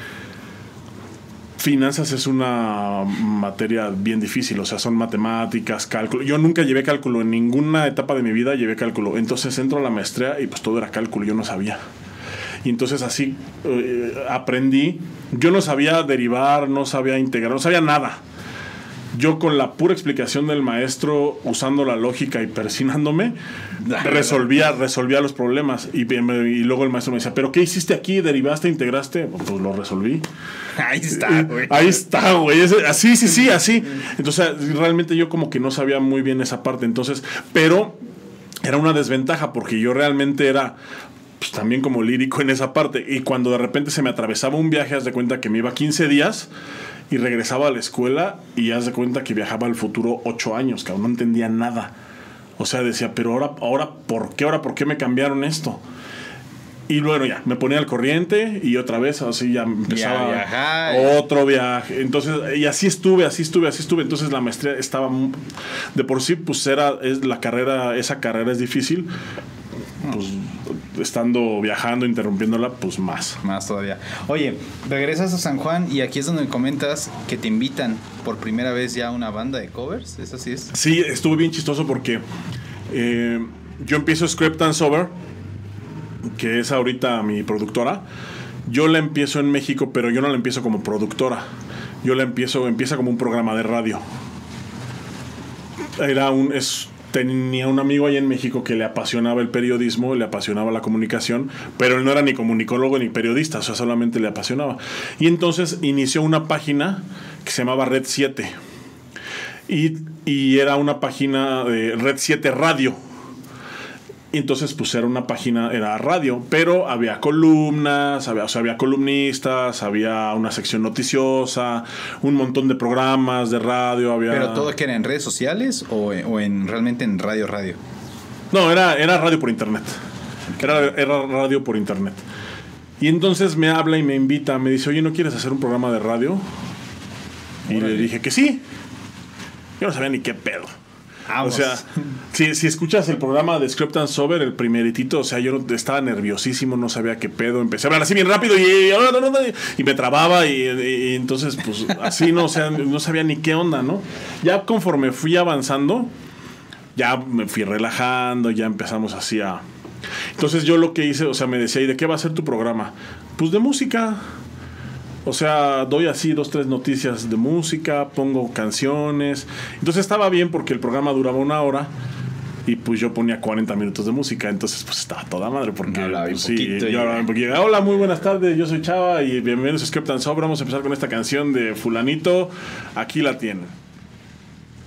S2: finanzas es una materia bien difícil. O sea, son matemáticas, cálculo. Yo nunca llevé cálculo. En ninguna etapa de mi vida llevé cálculo. Entonces entro a la maestría y pues todo era cálculo. Yo no sabía. Y entonces así aprendí. Yo no sabía derivar, no sabía integrar, no sabía nada. Yo con la pura explicación del maestro, usando la lógica y persinándome, resolvía los problemas. Y luego el maestro me decía, ¿pero qué hiciste aquí? ¿Derivaste? ¿Integraste? Pues lo resolví.
S1: Ahí está, güey.
S2: Ahí está, güey. Así, sí, así. Entonces realmente yo como que no sabía muy bien esa parte. Entonces, pero era una desventaja porque yo realmente era pues también como lírico en esa parte. Y cuando de repente se me atravesaba un viaje, haz de cuenta que me iba 15 días... Y regresaba a la escuela y haz de cuenta que viajaba al futuro 8 años, cabrón, no entendía nada. O sea, decía, pero ahora ¿por qué me cambiaron esto? Y bueno, ya, me ponía al corriente y otra vez, así ya empezaba
S1: a viajar.
S2: Otro viaje. Entonces, y así estuve. Entonces la maestría estaba, de por sí, pues esa carrera es difícil. Pues estando viajando, interrumpiéndola, pues más
S1: todavía. Oye, regresas a San Juan y aquí es donde me comentas que te invitan por primera vez ya a una banda de covers. ¿Eso sí es?
S2: Sí, estuvo bien chistoso porque yo empiezo Script and Sober, que es ahorita mi productora. Yo la empiezo en México, pero yo no la empiezo como productora. Yo la empieza como un programa de radio. Tenía un amigo ahí en México que le apasionaba el periodismo, le apasionaba la comunicación, pero él no era ni comunicólogo ni periodista, o sea, solamente le apasionaba. Y entonces inició una página que se llamaba Red 7. Y era una página de Red 7 Radio. Y entonces, pues era radio, pero había columnas, había columnistas, había una sección noticiosa, un montón de programas de radio.
S1: ¿Pero todo que era en redes sociales o realmente en radio?
S2: No, era radio por internet. Era radio por internet. Y entonces me habla y me invita, me dice, oye, ¿no quieres hacer un programa de radio? Y le dije que sí. Yo no sabía ni qué pedo.
S1: Vamos.
S2: O sea, si escuchas el programa de Script and Sober, el primeritito, o sea, yo estaba nerviosísimo, no sabía qué pedo, empecé a hablar así bien rápido y me trababa y entonces, pues, así, no, o sea, no sabía ni qué onda, ¿no? Ya conforme fui avanzando, ya me fui relajando, ya empezamos así a... Entonces yo lo que hice, o sea, me decía, ¿y de qué va a ser tu programa? Pues de música. O sea, doy así 2-3 noticias de música, pongo canciones. Entonces estaba bien porque el programa duraba 1 hora y pues yo ponía 40 minutos de música. Entonces pues estaba toda madre porque
S1: hablaba
S2: pues,
S1: un poquito.
S2: Yo hablaba un poquito. Hola, muy buenas tardes, yo soy Chava y bienvenidos a Script and Sober. Vamos a empezar con esta canción de fulanito. Aquí la tienen.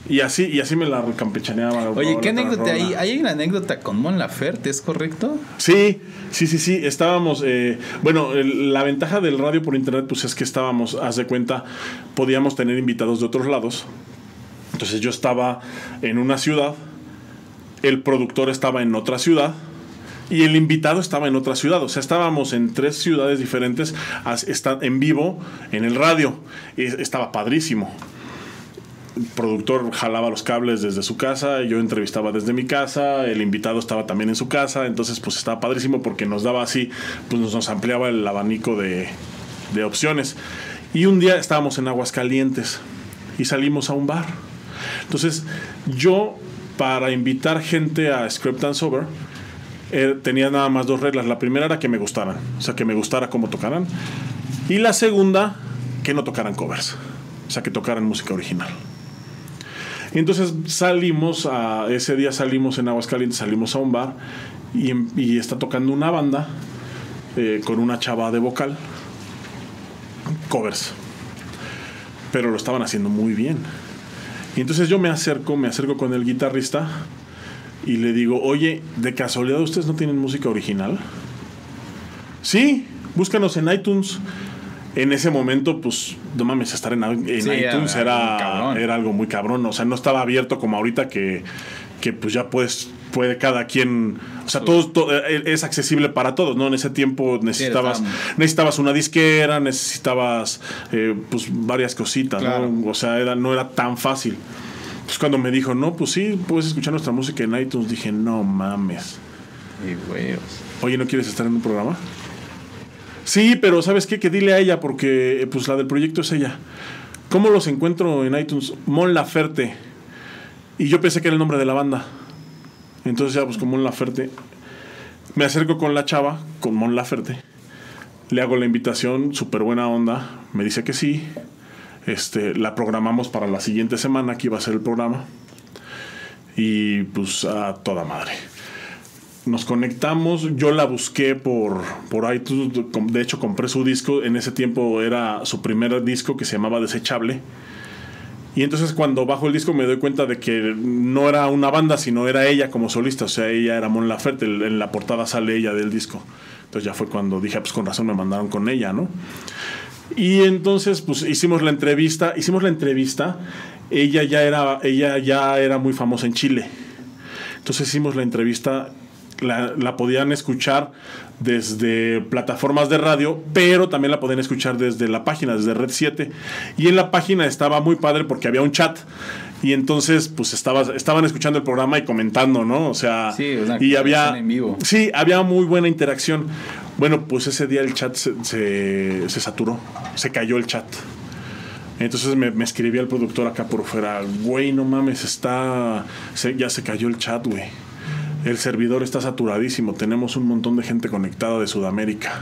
S2: Y así me la campechaneaba.
S1: Oye, ¿qué anécdota hay? Hay una anécdota con Mon Laferte, ¿es correcto?
S2: Sí. Estábamos. La ventaja del radio por internet, pues es que estábamos, haz de cuenta, podíamos tener invitados de otros lados. Entonces yo estaba en una ciudad, el productor estaba en otra ciudad y el invitado estaba en otra ciudad. O sea, estábamos en 3 ciudades diferentes en vivo en el radio. Estaba padrísimo. El productor jalaba los cables desde su casa, yo entrevistaba desde mi casa, el invitado estaba también en su casa, entonces pues estaba padrísimo porque nos daba así, pues nos ampliaba el abanico de opciones. Y un día estábamos en Aguascalientes y salimos a un bar. Entonces yo, para invitar gente a Scraped and Sober, tenía nada más 2 reglas. La primera era que me gustaran, o sea, que me gustara cómo tocaran, y la segunda, que no tocaran covers, o sea, que tocaran música original. Y entonces ese día salimos en Aguascalientes, salimos a un bar y está tocando una banda con una chava de vocal, covers, pero lo estaban haciendo muy bien. Y entonces yo me acerco con el guitarrista y le digo, oye, ¿de casualidad ustedes no tienen música original? Sí, búscanos en iTunes. En ese momento, pues, no mames, estar en iTunes era algo muy cabrón. O sea, no estaba abierto como ahorita que pues ya puede cada quien. O sea, todo es accesible para todos, ¿no? En ese tiempo necesitabas una disquera, necesitabas pues varias cositas, claro, ¿no? O sea, no era tan fácil. Pues cuando me dijo, no, pues sí, puedes escuchar nuestra música en iTunes, dije, no mames. Oye, ¿no quieres estar en un programa? Sí, pero ¿sabes qué? Que dile a ella, porque pues la del proyecto es ella. ¿Cómo los encuentro en iTunes? Mon Laferte. Y yo pensé que era el nombre de la banda. Entonces ya, pues con Mon Laferte. Me acerco con la chava, con Mon Laferte. Le hago la invitación, súper buena onda. Me dice que sí. La programamos para la siguiente semana, que iba a ser el programa. Y pues a toda madre. Nos conectamos, yo la busqué por iTunes, de hecho compré su disco, en ese tiempo era su primer disco que se llamaba Desechable, y entonces cuando bajo el disco me doy cuenta de que no era una banda, sino era ella como solista, o sea, ella era Mon Laferte, en la portada sale ella del disco. Entonces ya fue cuando dije, pues con razón me mandaron con ella, ¿no? Y entonces pues hicimos la entrevista, ella ya era muy famosa en Chile, entonces hicimos la entrevista. La podían escuchar desde plataformas de radio, pero también la podían escuchar desde la página, desde Red 7. Y en la página estaba muy padre porque había un chat. Y entonces, pues estaban escuchando el programa y comentando, ¿no? O sea,
S1: sí,
S2: y había
S1: en vivo.
S2: Sí, había muy buena interacción. Bueno, pues ese día el chat se saturó, se cayó el chat. Entonces me escribía el productor acá por fuera, güey, no mames, ya se cayó el chat, güey. El servidor está saturadísimo. Tenemos un montón de gente conectada de Sudamérica.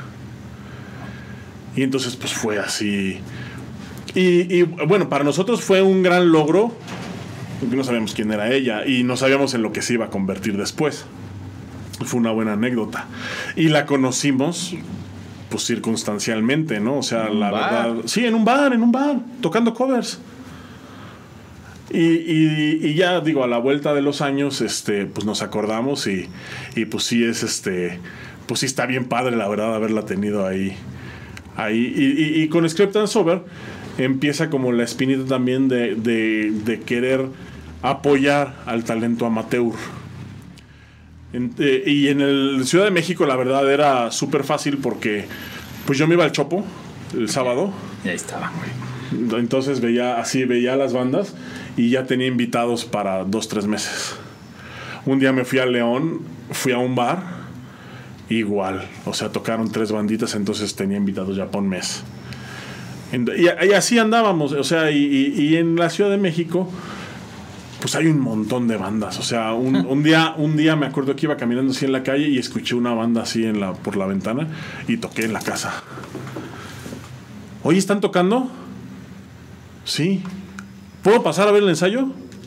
S2: Y entonces pues fue así. Y bueno, para nosotros fue un gran logro, porque no sabíamos quién era ella y no sabíamos en lo que se iba a convertir después. Fue una buena anécdota. Y la conocimos pues circunstancialmente, ¿no? O sea, la verdad... Sí, en un bar, tocando covers. Y ya digo, a la vuelta de los años pues nos acordamos y pues sí es pues sí está bien padre, la verdad, haberla tenido ahí. Y con Scraped and Sober empieza como la espinita también de querer apoyar al talento amateur. Y en el Ciudad de México la verdad era súper fácil porque pues yo me iba al Chopo el sábado.
S1: Y ahí estaba, güey.
S2: Entonces veía las bandas y ya tenía invitados para 2-3 meses. Un día me fui a León, fui a un bar, igual, o sea, tocaron 3 banditas, entonces tenía invitados ya por un mes. Y así andábamos, o sea, y en la Ciudad de México pues hay un montón de bandas, o sea, un día me acuerdo que iba caminando así en la calle y escuché una banda así por la ventana y toqué en la casa. Oye, ¿están tocando? Sí. ¿Puedo pasar a ver el ensayo?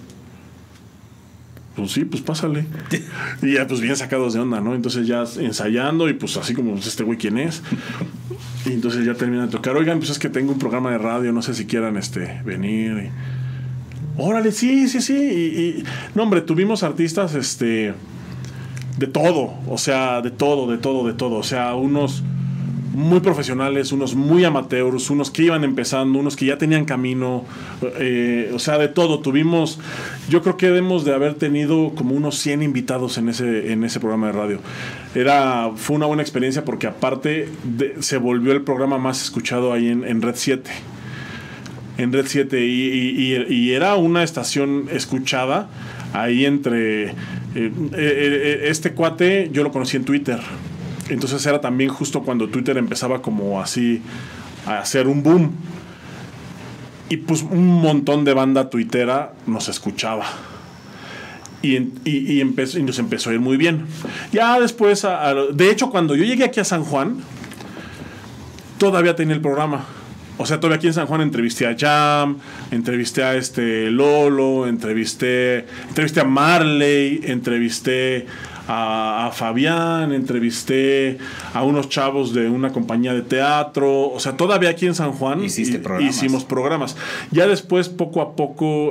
S2: Pues sí, pues pásale. Y ya pues bien sacados de onda, ¿no? Entonces ya ensayando y pues así como este güey quién es. Y entonces ya terminan de tocar. Oigan, pues es que tengo un programa de radio, no sé si quieran venir. Órale, sí. No, hombre, tuvimos artistas de todo. O sea, de todo. O sea, unos muy profesionales, unos muy amateurs, unos que iban empezando, unos que ya tenían camino, o sea, de todo. Tuvimos, yo creo que debemos de haber tenido como unos 100 invitados en ese programa de radio. Fue una buena experiencia porque aparte se volvió el programa más escuchado ahí en Red 7. En Red 7 y era una estación escuchada ahí entre... este cuate yo lo conocí en Twitter. Entonces era también justo cuando Twitter empezaba como así a hacer un boom. Y pues un montón de banda tuitera nos escuchaba. Y nos empezó a ir muy bien. Ya después, de hecho, cuando yo llegué aquí a San Juan, todavía tenía el programa. O sea, todavía aquí en San Juan entrevisté a Jam, entrevisté a Lolo, entrevisté a Marley, entrevisté a Fabián, entrevisté a unos chavos de una compañía de teatro. O sea, todavía aquí en San Juan hicimos programas. Ya después, poco a poco,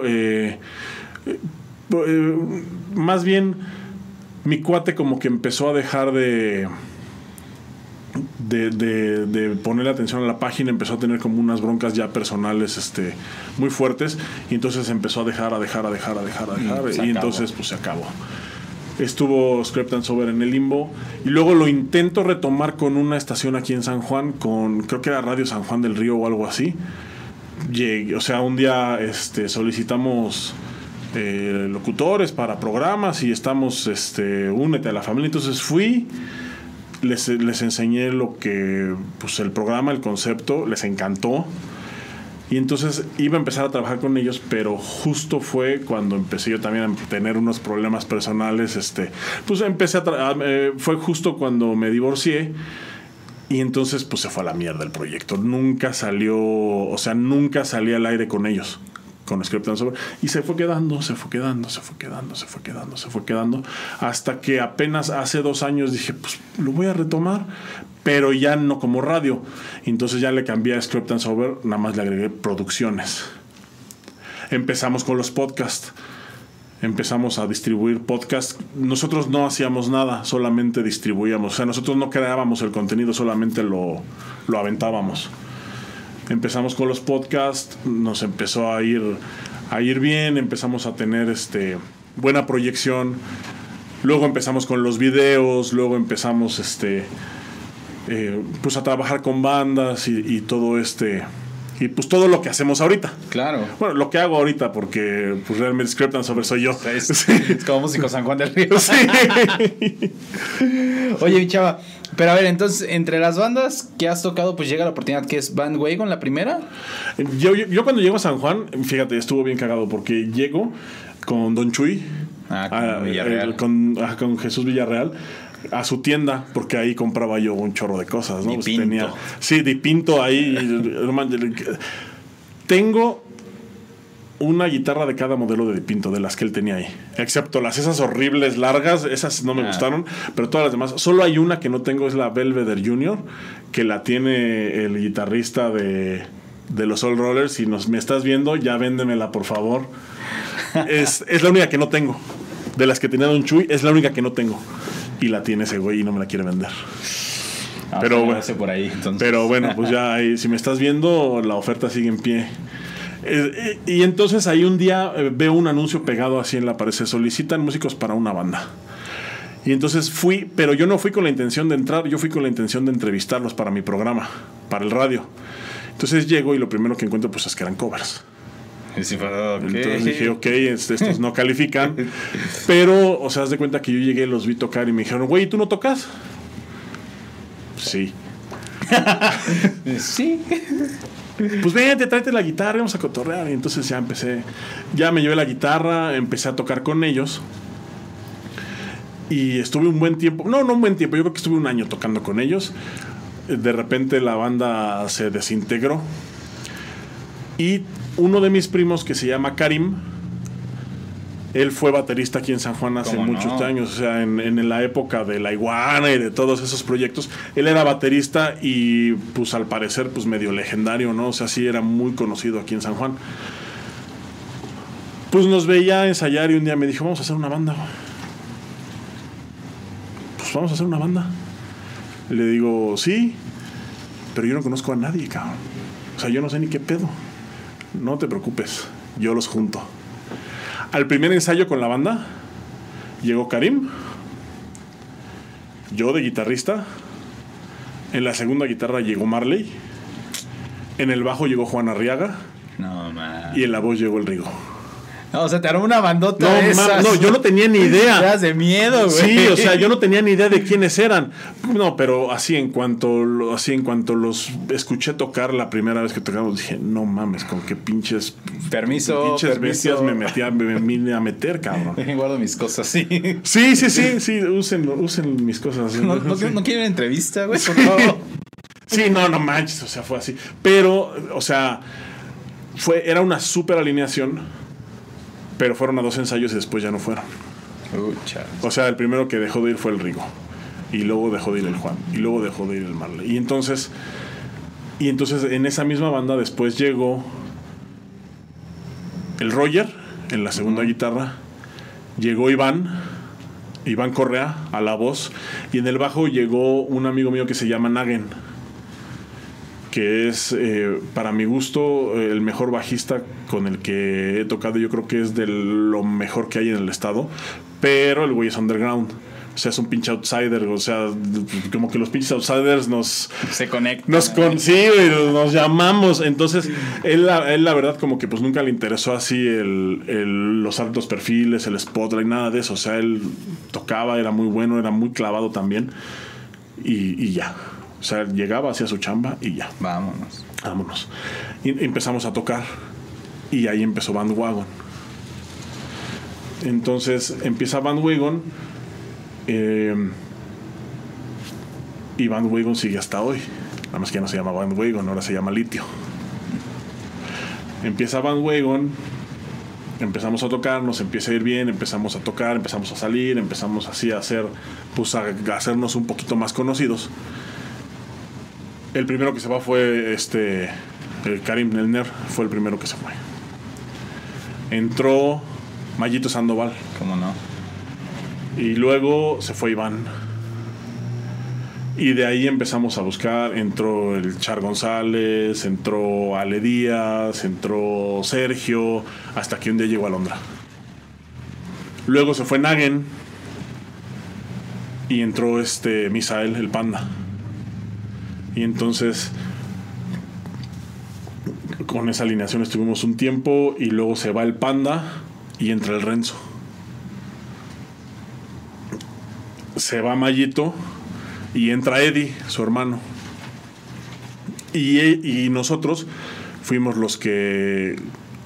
S2: más bien mi cuate como que empezó a dejar de ponerle atención a la página, empezó a tener como unas broncas ya personales muy fuertes, y entonces empezó a dejar y entonces pues se acabó. Estuvo Scrapped and Sober en el limbo y luego lo intento retomar con una estación aquí en San Juan, creo que era Radio San Juan del Río o algo así. O sea, un día solicitamos locutores para programas y estamos únete a la familia. Entonces fui, les enseñé lo que pues el programa, el concepto, les encantó. Y entonces iba a empezar a trabajar con ellos, pero justo fue cuando empecé yo también a tener unos problemas personales. Pues empecé fue justo cuando me divorcié. Y entonces pues se fue a la mierda el proyecto. Nunca salió, o sea, nunca salí al aire con ellos, con Scrapped and Sober. Y se fue quedando, hasta que apenas hace 2 años dije, pues lo voy a retomar, pero ya no como radio. Entonces ya le cambié a Scrapped and Sober, nada más le agregué producciones. Empezamos con los podcasts. Empezamos a distribuir podcasts. Nosotros no hacíamos nada, solamente distribuíamos. O sea, nosotros no creábamos el contenido, solamente lo aventábamos. Empezamos con los podcasts, nos empezó a ir bien, empezamos a tener buena proyección. Luego empezamos con los videos, luego empezamos pues a trabajar con bandas y todo y pues todo lo que hacemos ahorita.
S1: Claro.
S2: Bueno, lo que hago ahorita, porque pues realmente Scrapped and Sober soy yo.
S1: Es como músico San Juan del Río. Sí. Oye, mi chava, pero a ver, entonces, entre las bandas que has tocado, pues llega la oportunidad que es Bandwagon, la primera.
S2: Yo cuando llego a San Juan, fíjate, estuvo bien cagado, porque llego con Don Chuy,
S1: con Villarreal.
S2: Con Jesús Villarreal, a su tienda, porque ahí compraba yo un chorro de cosas, ¿no? Pues tenía, sí, de Pinto ahí. Tengo una guitarra de cada modelo de Pinto, de las que él tenía ahí, excepto esas horribles largas, esas no me gustaron, pero todas las demás. Solo hay una que no tengo, es la Belvedere Junior, que la tiene el guitarrista de los All Rollers. Si me estás viendo, ya véndemela, por favor. Es la única que no tengo. De las que tenía Don Chuy, es la única que no tengo. Y la tiene ese güey y no me la quiere vender. Pero bueno,
S1: por ahí,
S2: pero bueno, pues ya ahí, si me estás viendo, la oferta sigue en pie. Y entonces ahí un día veo un anuncio pegado así en la pared: se solicitan músicos para una banda. Y entonces fui, pero yo no fui con la intención de entrar, yo fui con la intención de entrevistarlos para mi programa, para el radio. Entonces llego y lo primero que encuentro pues es que eran covers.
S1: Sí, okay.
S2: Entonces dije, ok, estos no califican. Pero, o sea, haz de cuenta que yo llegué, los vi tocar y me dijeron, güey, ¿tú no tocas? Sí.
S1: Sí.
S2: Pues vente, tráete la guitarra, vamos a cotorrear. Y entonces ya me llevé la guitarra, empecé a tocar con ellos. Y estuve un buen tiempo, no un buen tiempo, yo creo que estuve 1 año tocando con ellos. De repente la banda se desintegró. Y uno de mis primos, que se llama Karim, él fue baterista aquí en San Juan hace muchos años. O sea, en la época de La Iguana y de todos esos proyectos, él era baterista y pues al parecer pues medio legendario, ¿no? O sea, sí era muy conocido aquí en San Juan. pues nos veía ensayar y un día me dijo, vamos a hacer una banda. Pues vamos a hacer una banda. Le digo, sí, pero yo no conozco a nadie, cabrón. O sea, yo no sé ni qué pedo. No te preocupes, yo los junto. Al primer ensayo con la banda llegó Karim, yo de guitarrista. En la segunda guitarra llegó Marley. En el bajo llegó Juan Arriaga.
S1: No, man.
S2: Y en la voz llegó el Rigo.
S1: No, o sea, te armó una bandota
S2: No,
S1: de esas.
S2: no, yo no tenía ni idea.
S1: Te das de miedo, güey.
S2: Sí, o sea, yo no tenía ni idea de quiénes eran. No, pero así en cuanto los escuché tocar la primera vez que tocamos, dije, no mames, con qué pinches bestias me vine a meter, cabrón.
S1: Dejen guardo mis cosas, sí.
S2: Sí, usen mis cosas.
S1: ¿No quieren entrevista, güey? Por favor.
S2: Sí, no manches, o sea, fue así. Pero, o sea, era una súper alineación. Pero fueron a 2 ensayos y después ya no fueron. O sea, el primero que dejó de ir fue el Rigo. Y luego dejó de ir el Juan. Y luego dejó de ir el Marley. Y entonces en esa misma banda después llegó el Roger en la segunda guitarra. Llegó Iván Correa a la voz. Y en el bajo llegó un amigo mío que se llama Nagen, que es, para mi gusto, el mejor bajista con el que he tocado. Yo creo que es de lo mejor que hay en el estado. Pero el güey es underground. O sea, es un pinche outsider. O sea, como que los pinches outsiders
S1: se conectan.
S2: Nos llamamos. Entonces, él la verdad, como que pues nunca le interesó así los altos perfiles, el spotlight, nada de eso. O sea, él tocaba, era muy bueno, era muy clavado también. Y ya. O sea, llegaba, hacía su chamba y ya. Vámonos. Y empezamos a tocar. Y ahí empezó Bandwagon. Entonces empieza Bandwagon. Y Bandwagon sigue hasta hoy. Nada más que ya no se llama Bandwagon, ahora se llama Litio. Empieza Bandwagon. Empezamos a tocar, nos empieza a ir bien, empezamos a tocar, empezamos a salir, empezamos así a hacer, pues a hacernos un poquito más conocidos. El primero que se va fue Karim Nelner, fue el primero que se fue. Entró Mayito Sandoval.
S1: ¿Cómo no?
S2: Y luego se fue Iván. Y de ahí empezamos a buscar. Entró el Char González, entró Ale Díaz, entró Sergio, hasta que un día llegó Alondra. Luego se fue Nagen y entró Misael, el Panda. Y entonces con esa alineación estuvimos un tiempo y luego se va el Panda y entra el Renzo. Se va Mayito y entra Eddie, su hermano. Y nosotros fuimos los que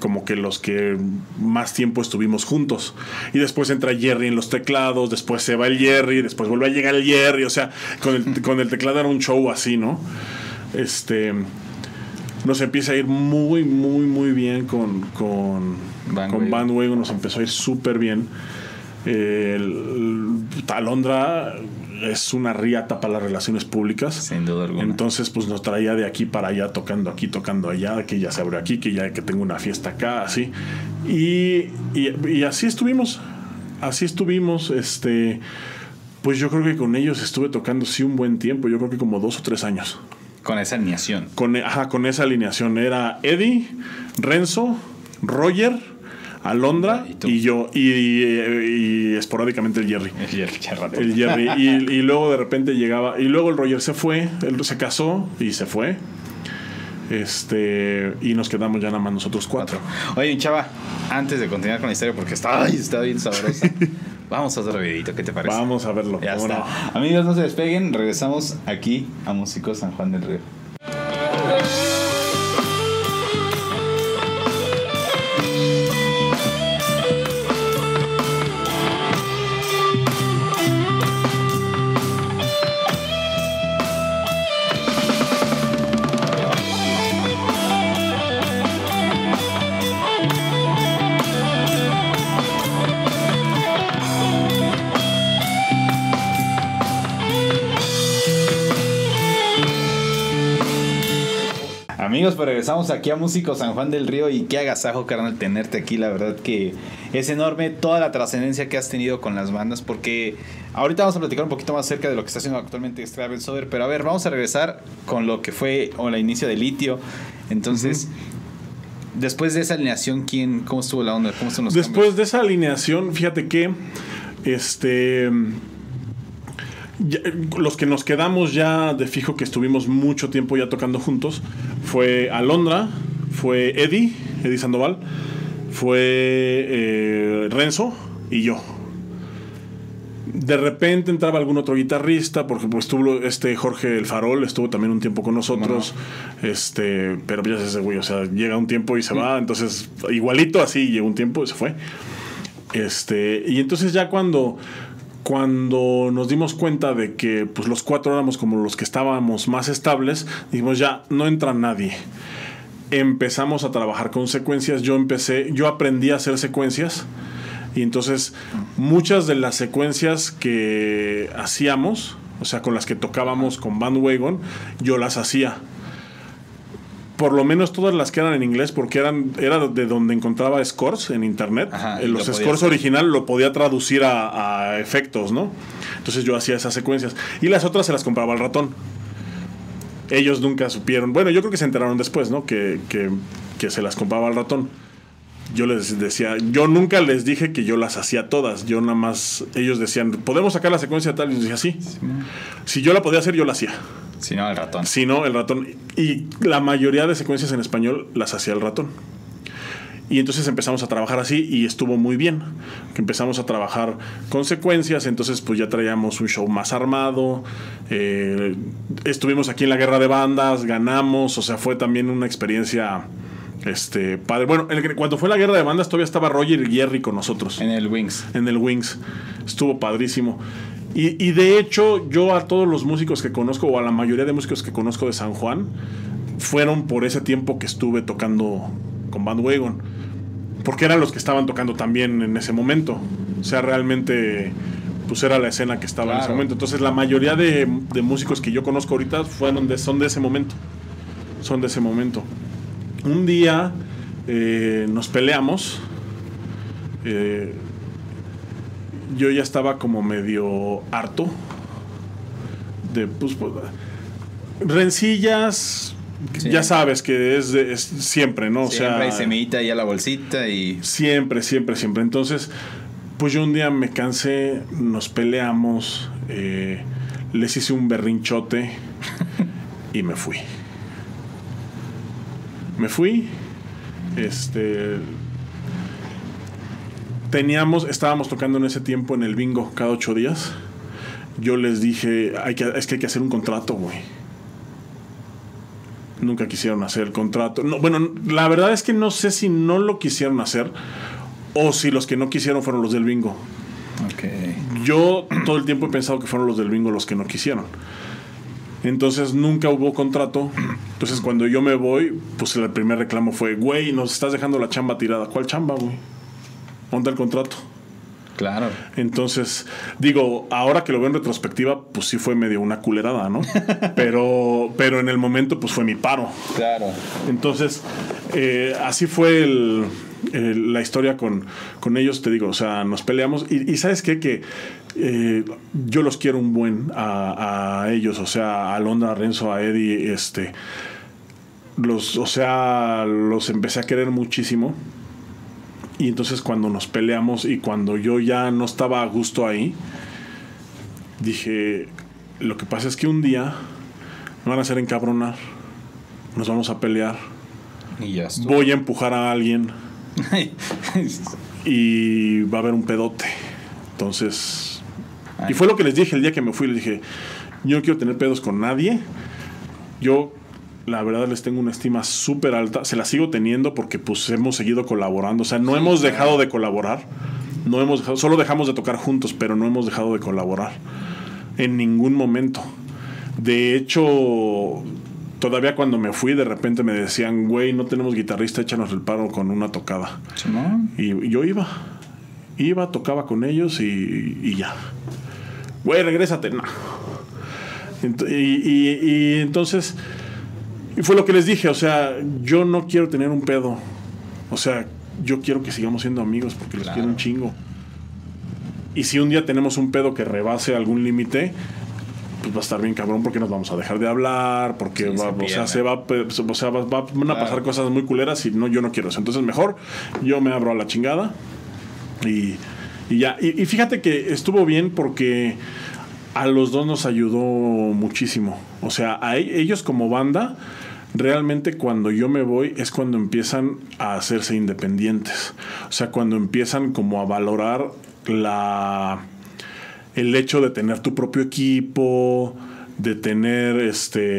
S2: más tiempo estuvimos juntos. Y después entra Jerry en los teclados, después se va el Jerry, después vuelve a llegar el Jerry. O sea, con el teclado era un show así, ¿no? Nos empieza a ir muy, muy, muy bien con Bandwagon. Nos empezó a ir súper bien. Alondra es una riata para las relaciones públicas.
S1: Sin duda alguna.
S2: Entonces, pues nos traía de aquí para allá, tocando aquí, tocando allá, que ya se abrió aquí, que ya que tengo una fiesta acá, así. Y así estuvimos. Pues yo creo que con ellos estuve tocando sí un buen tiempo. Yo creo que como 2 o 3 años.
S1: Con esa alineación.
S2: Con esa alineación. Era Eddie, Renzo, Roger, Alondra y yo. Y esporádicamente el Jerry. El Jerry. Y luego de repente llegaba. Y luego el Roger se fue. Él se casó y se fue. Y nos quedamos ya nada más nosotros 4.
S1: Oye, chava, antes de continuar con la historia, porque está bien sabrosa. Vamos a otro videito, ¿qué te parece?
S2: Vamos a verlo.
S1: Ya está.
S2: No.
S1: Amigos, no se despeguen. Regresamos aquí a Músicos San Juan del Río. Amigos, pues regresamos aquí a Músicos San Juan del Río y qué agasajo, carnal, tenerte aquí. La verdad que es enorme toda la trascendencia que has tenido con las bandas, porque ahorita vamos a platicar un poquito más acerca de lo que está haciendo actualmente Travel Sober, pero a ver, vamos a regresar con lo que fue o la inicio de Litio. Entonces, después de esa alineación, ¿cómo estuvo la onda? ¿Cómo están los
S2: Después
S1: cambios?
S2: de esa alineación, fíjate que los que nos quedamos ya de fijo, que estuvimos mucho tiempo ya tocando juntos, fue Alondra, fue Eddie Sandoval, fue Renzo y yo. De repente entraba algún otro guitarrista, porque pues estuvo Jorge El Farol, estuvo también un tiempo con nosotros. Bueno. Pero ya ese güey, o sea, llega un tiempo y se va. Entonces, igualito así, llegó un tiempo y se fue. Y entonces ya cuando nos dimos cuenta de que pues los 4 éramos como los que estábamos más estables, dijimos, ya no entra nadie. Empezamos a trabajar con secuencias. Yo aprendí a hacer secuencias, y entonces muchas de las secuencias que hacíamos, o sea, con las que tocábamos con Bandwagon, yo las hacía. Por lo menos todas las que eran en inglés, porque era de donde encontraba scores en internet.
S1: Ajá,
S2: los scores original lo podía traducir a efectos, ¿no? Entonces yo hacía esas secuencias. Y las otras se las compraba al ratón. Ellos nunca supieron. Bueno, yo creo que se enteraron después, ¿no? Que se las compraba al ratón. Yo les decía, yo nunca les dije que yo las hacía todas. Yo nada más, ellos decían, ¿podemos sacar la secuencia tal? Y yo decía, sí. Si yo la podía hacer, yo la hacía.
S1: Si no, el ratón.
S2: Si no, el ratón. Y la mayoría de secuencias en español las hacía el ratón. Y entonces empezamos a trabajar así y estuvo muy bien. Que empezamos a trabajar con secuencias, entonces pues ya traíamos un show más armado. Estuvimos aquí en la guerra de bandas, ganamos, o sea, fue también una experiencia padre. Bueno, cuando fue la guerra de bandas todavía estaba Roger y Jerry con nosotros.
S1: En el Wings.
S2: En el Wings. Estuvo padrísimo. Y de hecho, yo a todos los músicos que conozco, o a la mayoría de músicos que conozco de San Juan, fueron por ese tiempo que estuve tocando con Bandwagon, porque eran los que estaban tocando también en ese momento. O sea, realmente pues era la escena que estaba en ese momento. Entonces la mayoría de músicos que yo conozco ahorita son de ese momento. Son de ese momento. Un día nos peleamos. Yo ya estaba como medio harto de rencillas. Sí. Ya sabes que es siempre, ¿no?
S1: Siempre,
S2: o sea,
S1: hay semillita y a la bolsita y...
S2: Siempre. Entonces, pues yo un día me cansé, nos peleamos, les hice un berrinchote y me fui. Estábamos tocando en ese tiempo en el bingo cada 8 días. Yo les dije, es que hay que hacer un contrato, güey. Nunca quisieron hacer el contrato. No, bueno, la verdad es que no sé si no lo quisieron hacer o si los que no quisieron fueron los del bingo.
S1: Okay.
S2: Yo todo el tiempo he pensado que fueron los del bingo los que no quisieron. Entonces nunca hubo contrato. Entonces cuando yo me voy, pues el primer reclamo fue, güey, nos estás dejando la chamba tirada. ¿Cuál chamba, güey? ¿Dónde el contrato?
S1: Claro.
S2: Entonces, digo, ahora que lo veo en retrospectiva, pues sí fue medio una culerada, ¿no? pero en el momento, pues fue mi paro.
S1: Claro.
S2: Entonces, así fue la historia con ellos, te digo, o sea, nos peleamos. Y ¿sabes qué? Que yo los quiero un buen a ellos, o sea, a Alondra, a Renzo, a Eddie, los empecé a querer muchísimo. Y entonces cuando nos peleamos y cuando yo ya no estaba a gusto ahí, dije, lo que pasa es que un día me van a hacer encabronar, nos vamos a pelear,
S1: y ya estuvo.
S2: Voy a empujar a alguien y va a haber un pedote. Entonces, y fue lo que les dije el día que me fui, les dije, yo no quiero tener pedos con nadie. Yo la verdad les tengo una estima súper alta. Se la sigo teniendo porque pues hemos seguido colaborando. O sea, no hemos dejado de colaborar. Solo dejamos de tocar juntos, pero no hemos dejado de colaborar. En ningún momento. De hecho, todavía cuando me fui, de repente me decían, güey, no tenemos guitarrista, échanos el paro con una tocada.
S1: ¿No?
S2: Y yo iba, tocaba con ellos y ya. Güey, regrésate. No. Y entonces... Y fue lo que les dije, o sea, yo no quiero tener un pedo. O sea, yo quiero que sigamos siendo amigos porque los quiero un chingo. Y si un día tenemos un pedo que rebase algún límite, pues va a estar bien cabrón porque nos vamos a dejar de hablar, porque van a pasar cosas muy culeras y no, yo no quiero eso. Entonces mejor yo me abro a la chingada y ya. Y fíjate que estuvo bien porque a los dos nos ayudó muchísimo. O sea, a ellos como banda, realmente cuando yo me voy es cuando empiezan a hacerse independientes. O sea, cuando empiezan como a valorar el hecho de tener tu propio equipo, de tener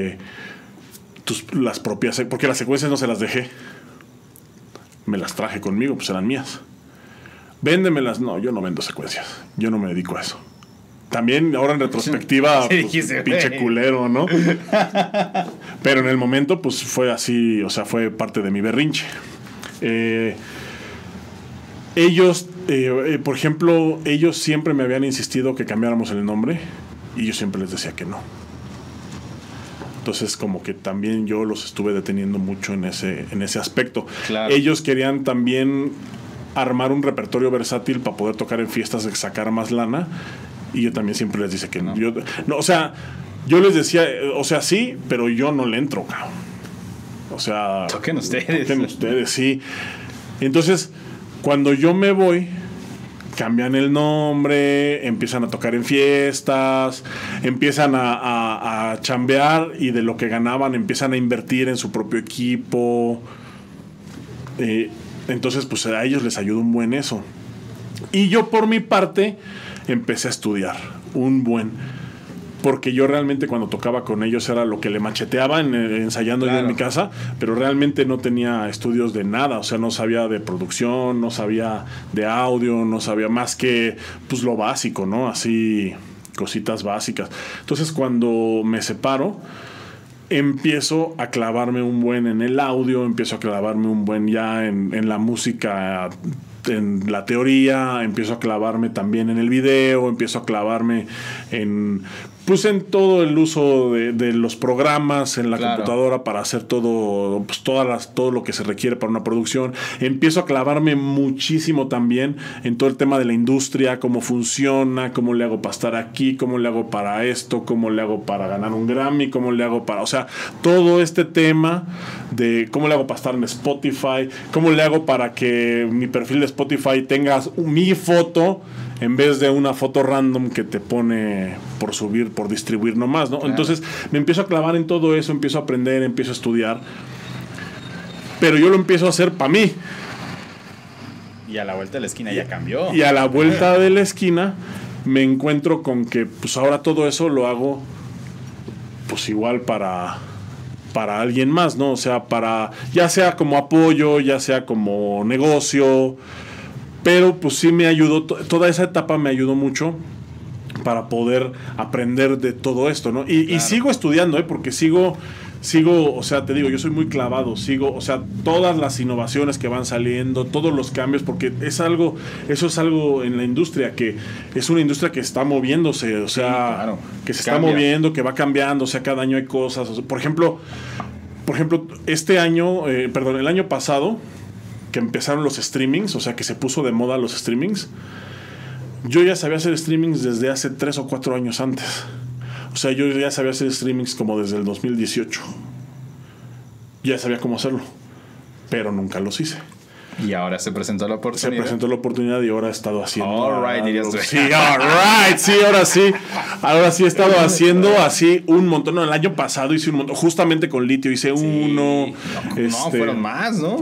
S2: las propias, porque las secuencias no se las dejé, me las traje conmigo, pues eran mías. Véndemelas. No, yo no vendo secuencias, yo no me dedico a eso. También ahora en retrospectiva, pues, pinche culero, ¿no? Pero en el momento pues fue así, o sea, fue parte de mi berrinche. Ellos, por ejemplo, ellos siempre me habían insistido que cambiáramos el nombre y yo siempre les decía que no. Entonces como que también yo los estuve deteniendo mucho en ese aspecto. Claro. Ellos querían también armar un repertorio versátil para poder tocar en fiestas, sacar más lana, y yo también siempre les dije que no. O sea, yo les decía, o sea, sí, pero yo no le entro, cabrón. O sea,
S1: toquen ustedes,
S2: sí. Entonces, cuando yo me voy, cambian el nombre, empiezan a tocar en fiestas, empiezan a chambear y de lo que ganaban empiezan a invertir en su propio equipo. Entonces, pues a ellos les ayuda un buen eso. Y yo por mi parte empecé a estudiar porque yo realmente cuando tocaba con ellos era lo que le macheteaba ensayando yo en mi casa, pero realmente no tenía estudios de nada, o sea, no sabía de producción, no sabía de audio, no sabía más que pues lo básico, ¿no? Así, cositas básicas. Entonces cuando me separo, empiezo a clavarme un buen en el audio, empiezo a clavarme un buen ya en la música, en la teoría, empiezo a clavarme también en el video, empiezo a clavarme en todo el uso de los programas en la computadora para hacer todo, pues todo lo que se requiere para una producción. Empiezo a clavarme muchísimo también en todo el tema de la industria, cómo funciona, cómo le hago para estar aquí, cómo le hago para esto, cómo le hago para ganar un Grammy, cómo le hago para, o sea, todo este tema de cómo le hago para estar en Spotify, cómo le hago para que mi perfil de Spotify tenga mi foto en vez de una foto random que te pone por subir, por distribuir nomás, ¿no? Claro. Entonces me empiezo a clavar en todo eso, empiezo a aprender, empiezo a estudiar, pero yo lo empiezo a hacer para mí.
S1: Y a la vuelta de la esquina ya cambió.
S2: Y a la vuelta de la esquina me encuentro con que pues ahora todo eso lo hago pues igual para alguien más, ¿no? O sea, ya sea como apoyo, ya sea como negocio. Pero pues sí me ayudó, toda esa etapa me ayudó mucho para poder aprender de todo esto, ¿no? Y sigo estudiando, porque sigo, o sea, te digo, yo soy muy clavado, o sea, todas las innovaciones que van saliendo, todos los cambios, porque eso es algo en la industria, que es una industria que está moviéndose, o sea, que se está moviendo, que va cambiando, o sea, cada año hay cosas. O sea, por ejemplo, este año, el año pasado, que empezaron los streamings, o sea, que se puso de moda los streamings, yo ya sabía hacer streamings desde hace 3 o 4 años antes. O sea, yo ya sabía hacer streamings como desde el 2018. Ya sabía cómo hacerlo, pero nunca los hice.
S1: Y ahora se presentó la oportunidad.
S2: Se presentó la oportunidad y ahora he estado haciendo.
S1: All right, dirías tú.
S2: Sí, all right. Sí, ahora sí. Ahora sí he estado haciendo así un montón. No, el año pasado hice un montón. Justamente con Litio hice uno.
S1: No, fueron más, ¿no?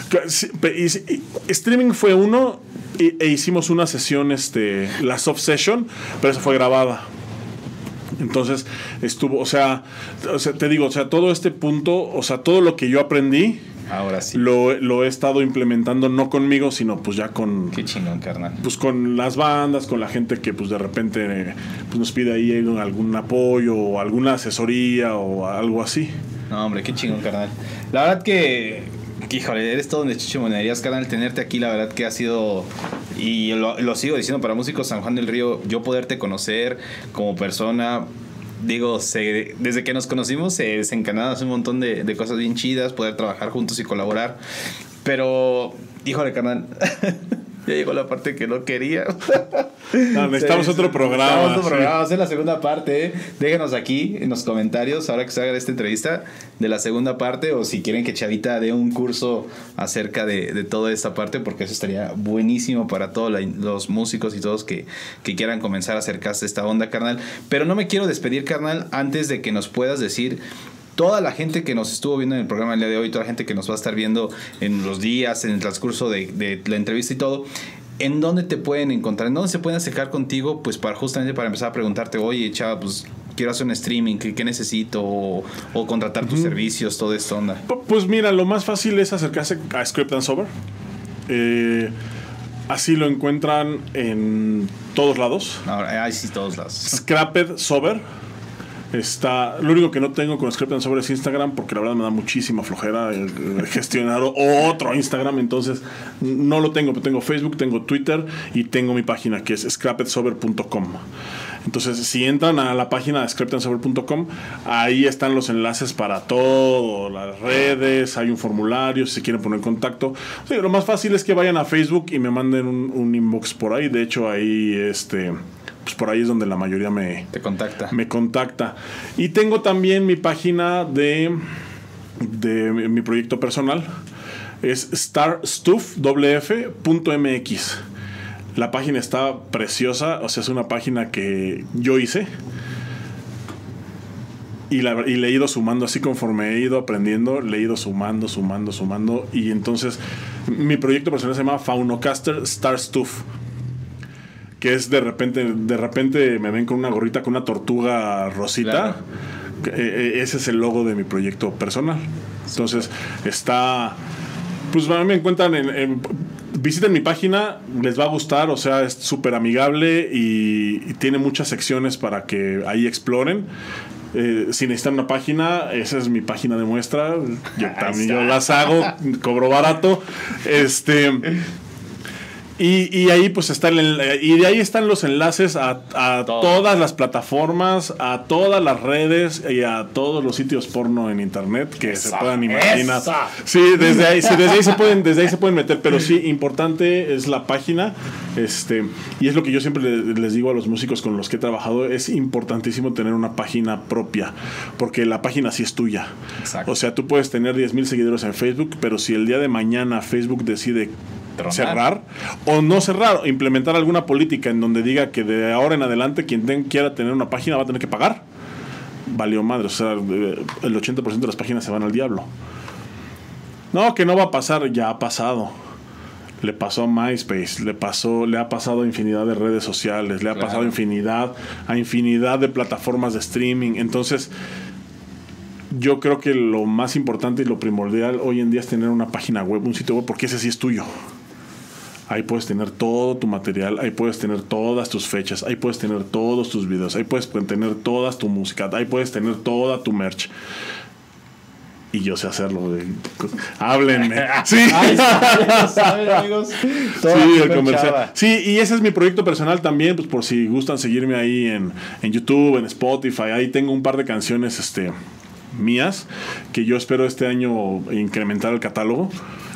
S2: Streaming fue uno e hicimos una sesión, la soft session, pero esa fue grabada. Entonces estuvo, o sea, te digo, o sea, todo este punto, o sea, todo lo que yo aprendí,
S1: ahora sí
S2: lo he estado implementando, no conmigo, sino pues ya con...
S1: Qué chingón, carnal.
S2: Pues con las bandas, con la gente que pues de repente pues nos pide ahí algún apoyo o alguna asesoría o algo así.
S1: No, hombre, qué chingón, carnal. La verdad que híjole, eres todo de chichimonerías, carnal. Tenerte aquí, la verdad que ha sido, y lo sigo diciendo para Músicos San Juan del Río, yo poderte conocer como persona, digo, desde que nos conocimos se desencadenaron hace un montón de cosas bien chidas, poder trabajar juntos y colaborar. Pero, híjole, carnal, ya llegó la parte que no quería.
S2: No, necesitamos otro programa.
S1: Vamos a hacer la segunda parte. Déjenos aquí en los comentarios, ahora que se haga esta entrevista, de la segunda parte, o si quieren que Chavita dé un curso acerca de toda esta parte, porque eso estaría buenísimo para todos los músicos y todos que quieran comenzar a acercarse a esta onda, carnal. Pero no me quiero despedir, carnal, antes de que nos puedas decir toda la gente que nos estuvo viendo en el programa el día de hoy, toda la gente que nos va a estar viendo en los días, en el transcurso de la entrevista y todo, ¿en dónde te pueden encontrar? ¿En dónde se pueden acercar contigo? Pues justamente para empezar a preguntarte, oye, chava, pues quiero hacer un streaming, ¿qué necesito? O contratar tus servicios, toda esta onda.
S2: Pues mira, lo más fácil es acercarse a Script and Sober. Así lo encuentran en todos lados.
S1: Ahora, sí, todos lados.
S2: Scrapped Sober. Lo único que no tengo con Script and Sober es Instagram, porque la verdad me da muchísima flojera gestionar otro Instagram, entonces no lo tengo, pero tengo Facebook, tengo Twitter y tengo mi página que es scrappedsober.com. Entonces, si entran a la página de scrappedsober.com, ahí están los enlaces para todo, las redes, hay un formulario si se quieren poner en contacto. O sea, lo más fácil es que vayan a Facebook y me manden un inbox por ahí. De hecho, ahí pues por ahí es donde la mayoría me contacta. Y tengo también mi página de mi proyecto personal. Es starstuff.mx. La página está preciosa. O sea, es una página que yo hice. Y le he ido sumando así conforme he ido aprendiendo. Le he ido sumando. Y entonces mi proyecto personal se llama Faunocaster Star Stuff, que es de repente me ven con una gorrita con una tortuga rosita. Claro. Ese es el logo de mi proyecto personal. Entonces pues a mí me encuentran visiten mi página, les va a gustar. O sea, es súper amigable y tiene muchas secciones para que ahí exploren. Si necesitan una página, esa es mi página de muestra. Yo las hago, cobro barato. Y ahí pues y de ahí están los enlaces a todas las plataformas, a todas las redes y a todos los sitios porno en internet que se puedan imaginar. Sí, desde ahí se pueden meter, pero sí, importante es la página. Y es lo que yo siempre les digo a los músicos con los que he trabajado, es importantísimo tener una página propia, porque la página sí es tuya. Exacto. O sea, tú puedes tener 10,000 seguidores en Facebook, pero si el día de mañana Facebook decide cerrar o no cerrar, o implementar alguna política en donde diga que de ahora en adelante quien quiera tener una página va a tener que pagar, valió madre. O sea, el 80% de las páginas se van al diablo. No, que no va a pasar, ya ha pasado. Le pasó a MySpace, le ha pasado a infinidad de redes sociales, le ha pasado a infinidad de plataformas de streaming. Entonces yo creo que lo más importante y lo primordial hoy en día es tener una página web, un sitio web, porque ese sí es tuyo. Ahí puedes tener todo tu material, ahí puedes tener todas tus fechas, ahí puedes tener todos tus videos, ahí puedes tener toda tu música, ahí puedes tener toda tu merch. Y yo sé hacerlo. Háblenme. Sí.
S1: ¿Saben, amigos?
S2: Sí, el comercial. Sí, y ese es mi proyecto personal también, pues por si gustan seguirme ahí en YouTube, en Spotify. Ahí tengo un par de canciones mías que yo espero este año incrementar el catálogo.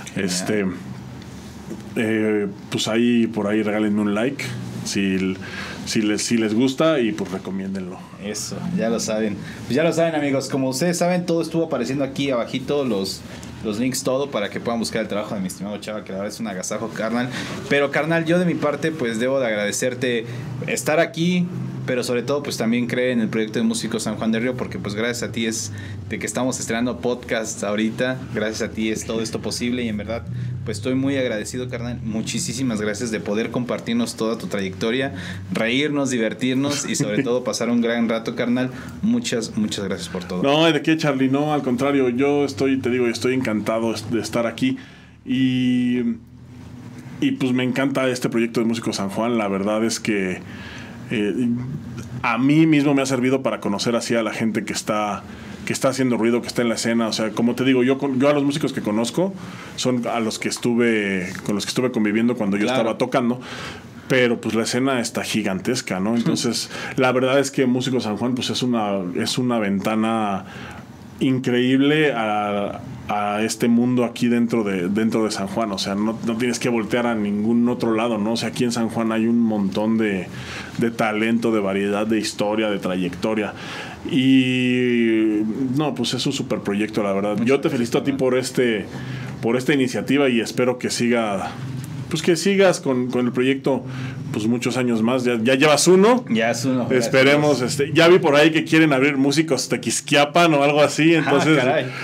S2: Pues ahí por ahí regálenme un like si les gusta, y pues recomiéndenlo.
S1: Eso, ya lo saben. Pues ya lo saben, amigos. Como ustedes saben, todo estuvo apareciendo aquí abajito, los links, todo, para que puedan buscar el trabajo de mi estimado Chava, que la verdad es un agasajo, carnal. Pero, carnal, yo de mi parte pues debo de agradecerte estar aquí, pero sobre todo pues también creer en el proyecto de Músicos San Juan del Río, porque pues gracias a ti es de que estamos estrenando podcast ahorita. Gracias a ti es todo esto posible, y en verdad pues estoy muy agradecido, carnal. Muchísimas gracias de poder compartirnos toda tu trayectoria, reírnos, divertirnos y sobre todo pasar un gran rato, carnal. Muchas gracias por todo.
S2: No, ¿de qué, Charlie? No, al contrario, yo estoy encantado de estar aquí, y pues me encanta este proyecto de Músicos San Juan. La verdad es que a mí mismo me ha servido para conocer así a la gente que está haciendo ruido, que está en la escena. O sea, como te digo, yo a los músicos que conozco son a los que con los que estuve conviviendo cuando yo estaba tocando. pero pues la escena está gigantesca, ¿no? Entonces, la verdad es que Músicos San Juan pues es una ventana increíble a este mundo aquí dentro de San Juan. O sea, no tienes que voltear a ningún otro lado, ¿no? O sea, aquí en San Juan hay un montón de talento, de variedad, de historia, de trayectoria. Y no, pues es un super proyecto, la verdad. Yo te felicito a ti por esta iniciativa y espero que sigas con el proyecto pues muchos años más. Ya llevas uno.
S1: Ya es uno.
S2: Esperemos, ya vi por ahí que quieren abrir Músicos Tequisquiapan o algo así, entonces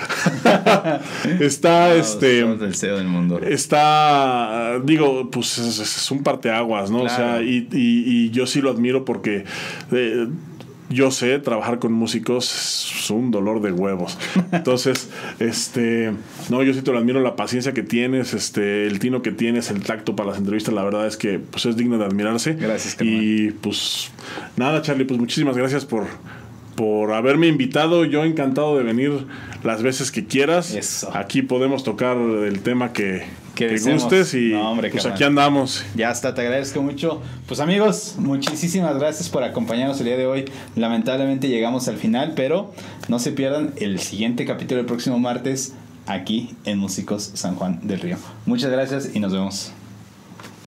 S2: está
S1: el deseo del mundo.
S2: Está, digo, pues es un parteaguas, ¿no?
S1: Claro.
S2: O sea, y yo sí lo admiro porque yo sé, trabajar con músicos es un dolor de huevos. Entonces, no, yo sí te lo admiro, la paciencia que tienes, el tino que tienes, el tacto para las entrevistas, la verdad es que pues es digno de admirarse.
S1: Gracias, carnal.
S2: Y pues nada, Charlie, pues muchísimas gracias por haberme invitado. Yo encantado de venir las veces que quieras.
S1: Eso.
S2: Aquí podemos tocar el tema que
S1: deseemos.
S2: gustes y
S1: no, hombre,
S2: pues
S1: carnal.
S2: aquí andamos.
S1: Ya está, te agradezco mucho. Pues amigos, muchísimas gracias por acompañarnos el día de hoy. Lamentablemente llegamos al final, pero no se pierdan el siguiente capítulo el próximo martes aquí en Músicos San Juan del Río. Muchas gracias y nos vemos.